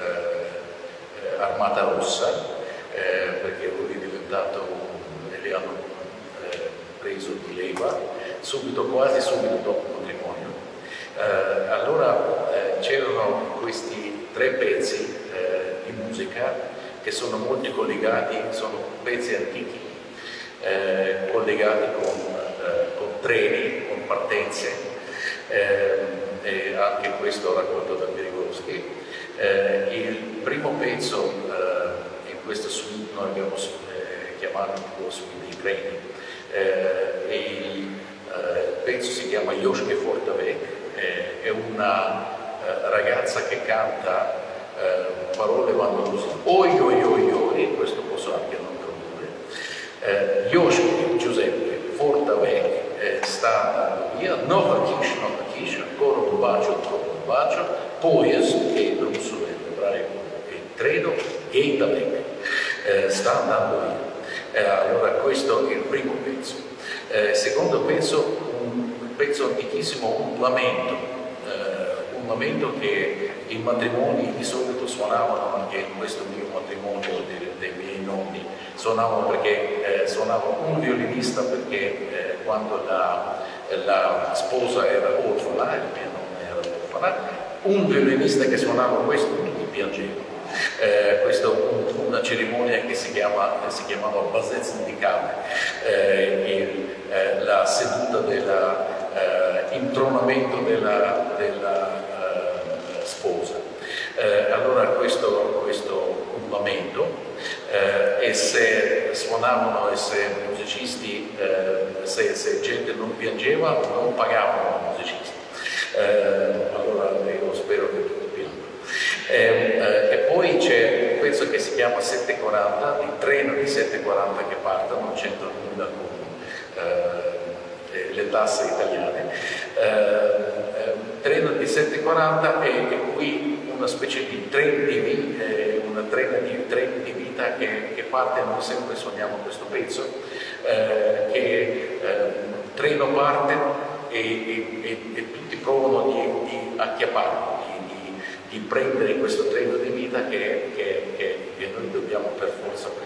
eh, Armata Rossa, eh, perché lui è diventato, un, e le hanno eh, preso di leva, subito, quasi subito dopo il matrimonio. Eh, allora eh, c'erano questi tre pezzi eh, di musica che sono molto collegati, sono pezzi antichi, eh, collegati con, eh, con treni, con partenze, eh, e anche questo racconto da Berigoschi. Eh, il primo pezzo eh, in questo suite noi abbiamo eh, chiamato il suite dei treni, eh, il eh, pezzo si chiama Joschke Fortavec, eh, è una eh, ragazza che canta Eh, parole vanno così, oi oi oi oi, questo posso anche non tradurre, eh, Joschke, Giuseppe, Fortavec, eh, sta andando via, Novakish, Novakish, ancora un bacio, ancora un bacio, Poes, che è russo e ebraico, e treno, Geitavec, eh, sta andando via. Eh, allora questo è il primo pezzo. Eh, secondo pezzo, un pezzo antichissimo, un lamento, eh, un lamento che i matrimoni di solito suonavano, anche in questo mio matrimonio dei, dei miei nonni, suonavano perché eh, suonava un violinista perché eh, quando la, la sposa era orfana, il mio nonno era orfana, un violinista che suonava questo, tutti piangevano. Eh, questa è una cerimonia che si, chiama, si chiamava Basetzen di Came, eh, eh, la seduta dell'intronamento eh, della, della sposa. Eh, allora questo, questo un lamento, eh, e se suonavano e se musicisti, eh, se, se gente non piangeva, non pagavano i musicisti. Eh, allora io spero che tutti piangano. Eh, eh, e poi c'è un pezzo che si chiama sette quaranta, il treno di sette quaranta che partono, non c'entra nulla con eh, le tasse italiane. Eh, treno di sette quaranta e, e qui una specie di treno di vita, eh, una trena di, treno di vita che, che parte, noi sempre suoniamo questo pezzo, eh, che il eh, treno parte e, e, e, e tutti provano di, di acchiapparlo, di, di, di prendere questo treno di vita che, che, che, che noi dobbiamo per forza prendere.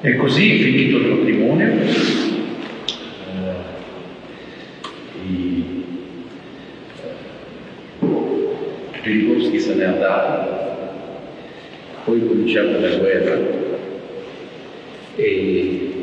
E così, finito il matrimonio, eh, i Piligorski se n'è andato, poi è cominciata la guerra e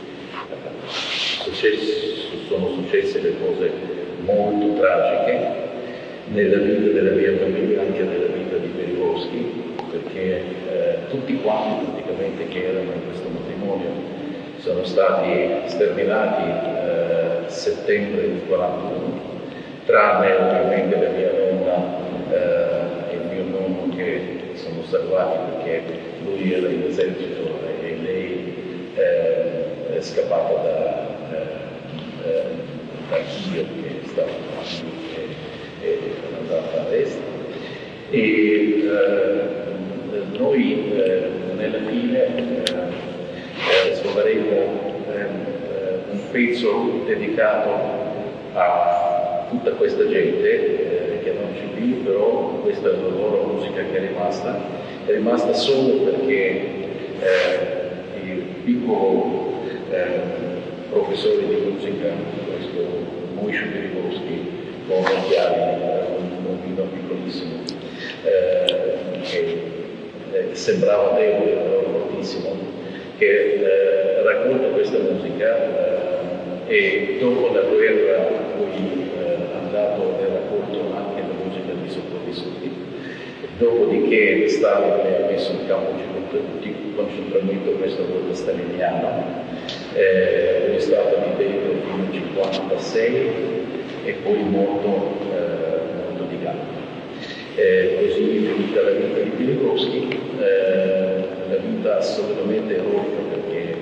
sono successe le cose molto tragiche nella vita della mia famiglia, anche nella vita di Piligorski, perché eh, tutti quanti praticamente che erano in questo matrimonio sono stati sterminati a eh, settembre del quarantuno, tranne ovviamente la mia nonna eh, e il mio nonno che sono salvati perché lui era in esercito e lei eh, è scappata da, eh, da Kiev, che stava e, e è andata a est. E eh, noi eh, nella fine eh, eh, troveremo eh, un pezzo dedicato a tutta questa gente eh, che non c'è più, però questa è la loro musica che è rimasta, è rimasta solo perché eh, il piccolo eh, professore di musica, questo Moishe Piligorski, con occhiali, un bambino piccolissimo, eh, che eh, sembrava debole, però fortissimo, che eh, racconta questa musica eh, e dopo la guerra poi eh, è andato e raccolto anche la musica dei sopravvissuti. Dopodiché Stalin ha messo in campo di concentramento, questa volta staliniano, eh, è stato liberato fino al cinquantasei e poi morto, eh, morto di gamma. Eh, così è finita la vita di Piligorski, eh, la vita assolutamente eroica perché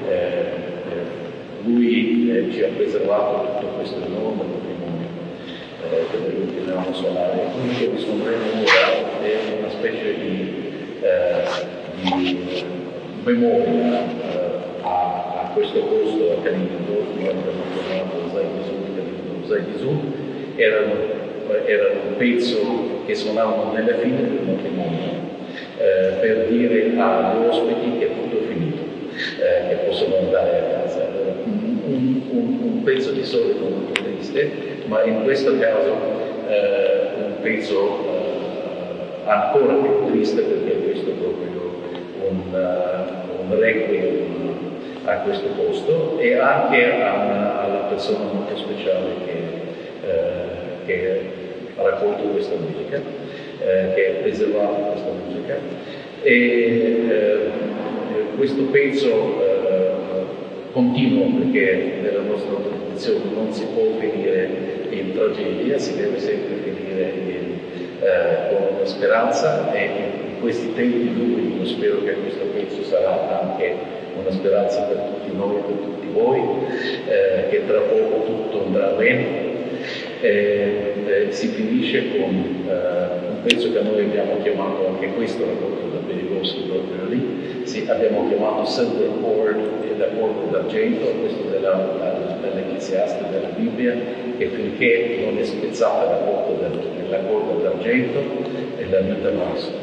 eh, lui eh, ci ha preservato tutto questo enorme patrimonio eh, che noi continuiamo a suonare. Quello che vi suoneremo ora è una specie di, eh, di memoria eh, a, a questo posto a Kaliningrad, noi abbiamo chiamato Zaidizun, erano era un pezzo che suonavano nella fine del matrimonio eh, per dire agli ospiti che tutto è finito, eh, che possono andare a casa. Un, un, un, un pezzo di solito molto triste, ma in questo caso eh, un pezzo eh, ancora più triste perché questo è proprio un, uh, un requiem a questo posto e anche a una, alla persona molto speciale che, eh, che ha raccolto questa musica, eh, che ha preservato questa musica. E eh, questo pezzo eh, continua perché nella nostra tradizione non si può finire in tragedia, si deve sempre finire in, eh, con una speranza e in questi tempi bui io spero che questo pezzo sarà anche una speranza per tutti noi e per tutti voi, eh, che tra poco tutto andrà bene. Eh, eh, si finisce con eh, un pezzo che noi abbiamo chiamato, anche questo raccolto da Piligorski proprio lì, sì, abbiamo chiamato Silver Cord e la corda d'argento, questo dell'Ecclesiaste della Bibbia, che finché non è spezzata la corda d'argento e la vita nostra.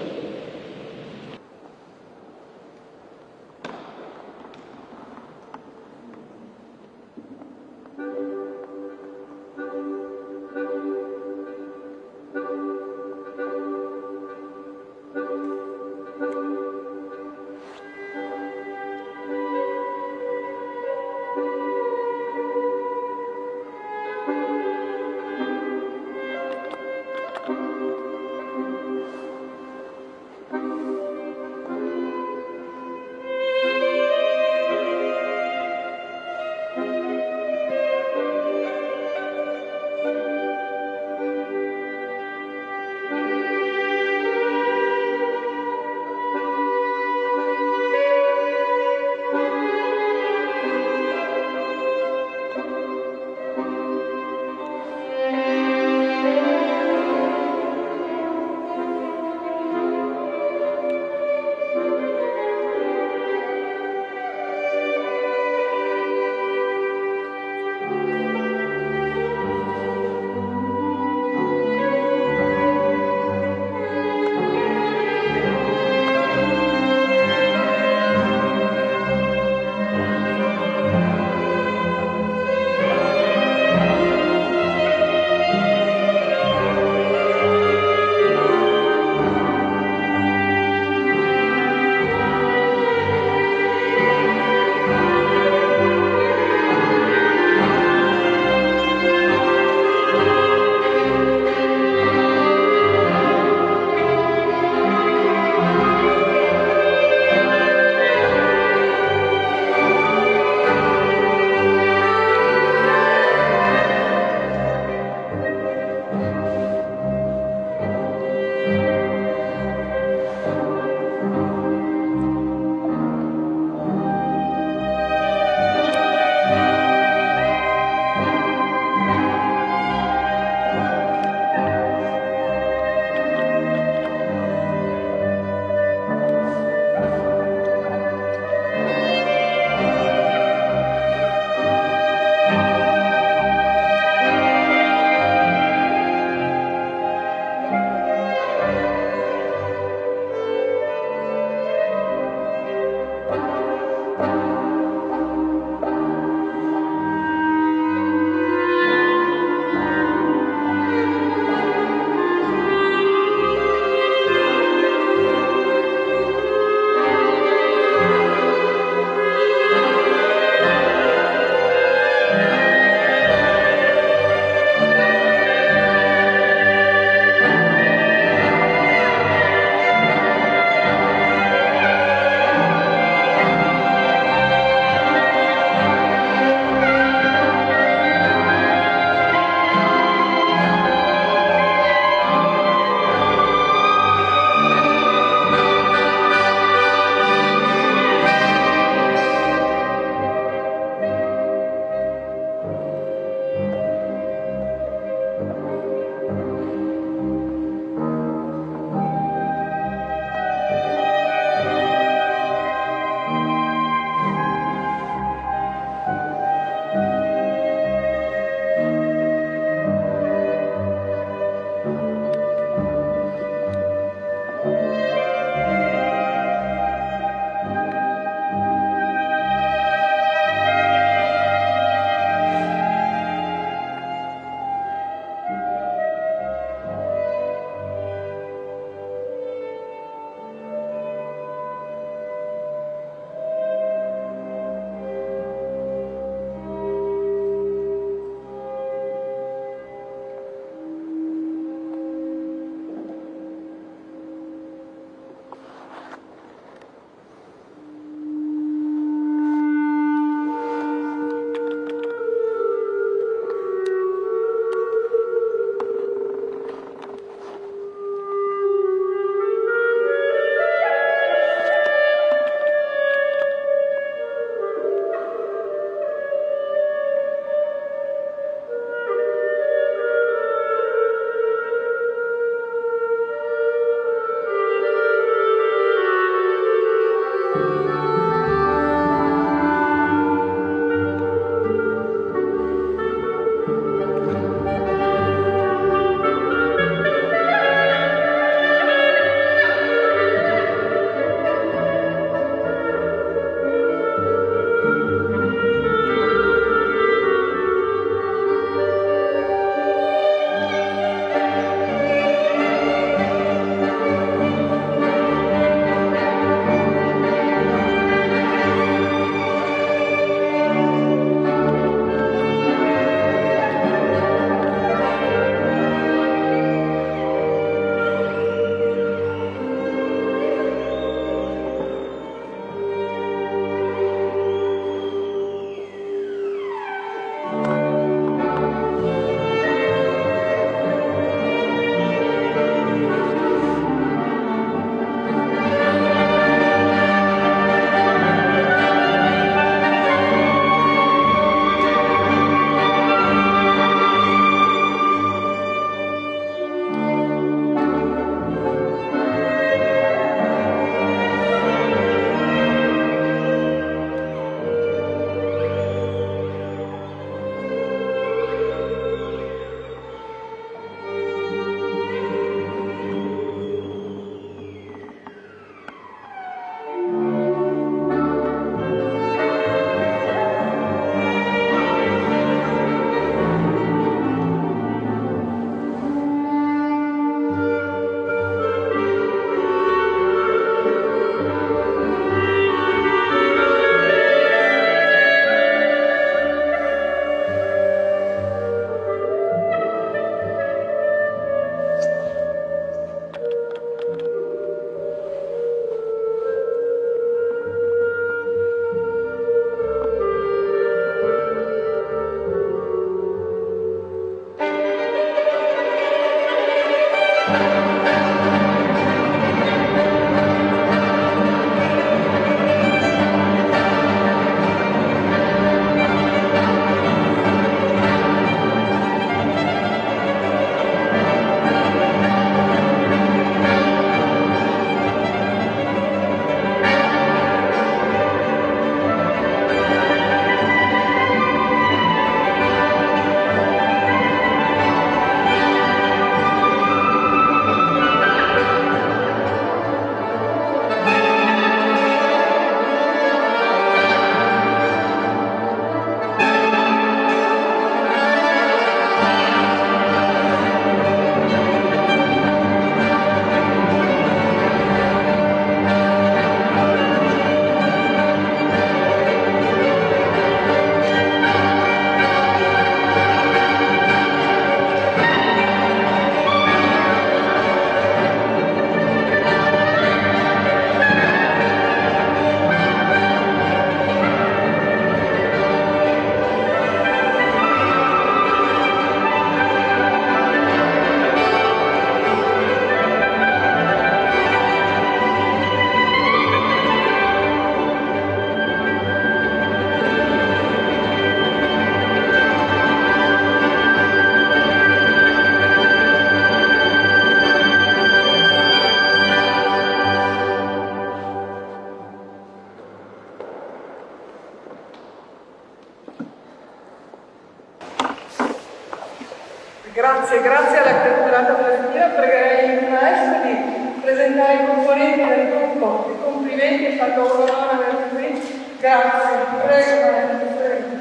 complimenti del gruppo, i complimenti, è stato un onore averti qui. Grazie, prego, prego.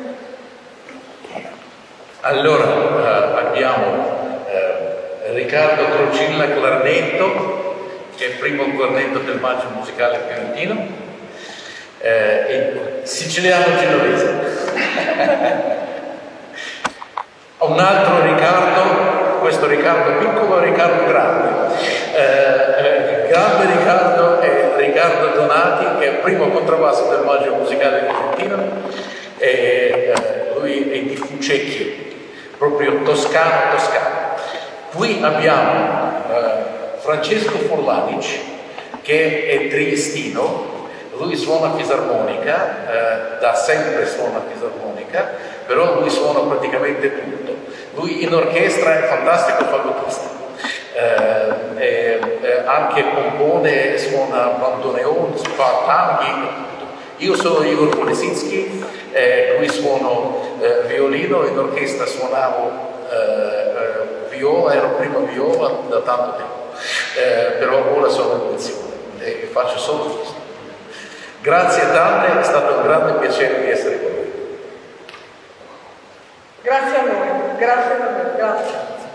Allora, eh, abbiamo eh, Riccardo Crocilla clarinetto, che è il primo cornetto del Maggio Musicale Fiorentino, eh, siciliano genovese. Un altro Riccardo, questo Riccardo piccolo e Riccardo grande. Eh, il grande Riccardo è Riccardo Donati, che è il primo contrabbasso del Maggio Musicale Fiorentino, e eh, lui è di Fucecchio, proprio toscano toscano. Qui abbiamo eh, Francesco Forlanic, che è triestino, lui suona fisarmonica, eh, da sempre suona fisarmonica, però lui suona praticamente tutto. Lui in orchestra è fantastico fagottista, eh, eh, eh, anche compone, suona bandoneon, fa tanghi. Io sono Igor Polesitsky, eh, qui suono eh, violino, in orchestra suonavo eh, eh, viola, ero prima viola da tanto tempo, eh, però ora sono in lezione e faccio solo questo. Grazie tante, è stato un grande piacere di essere con voi. Grazie a voi, grazie a voi, grazie.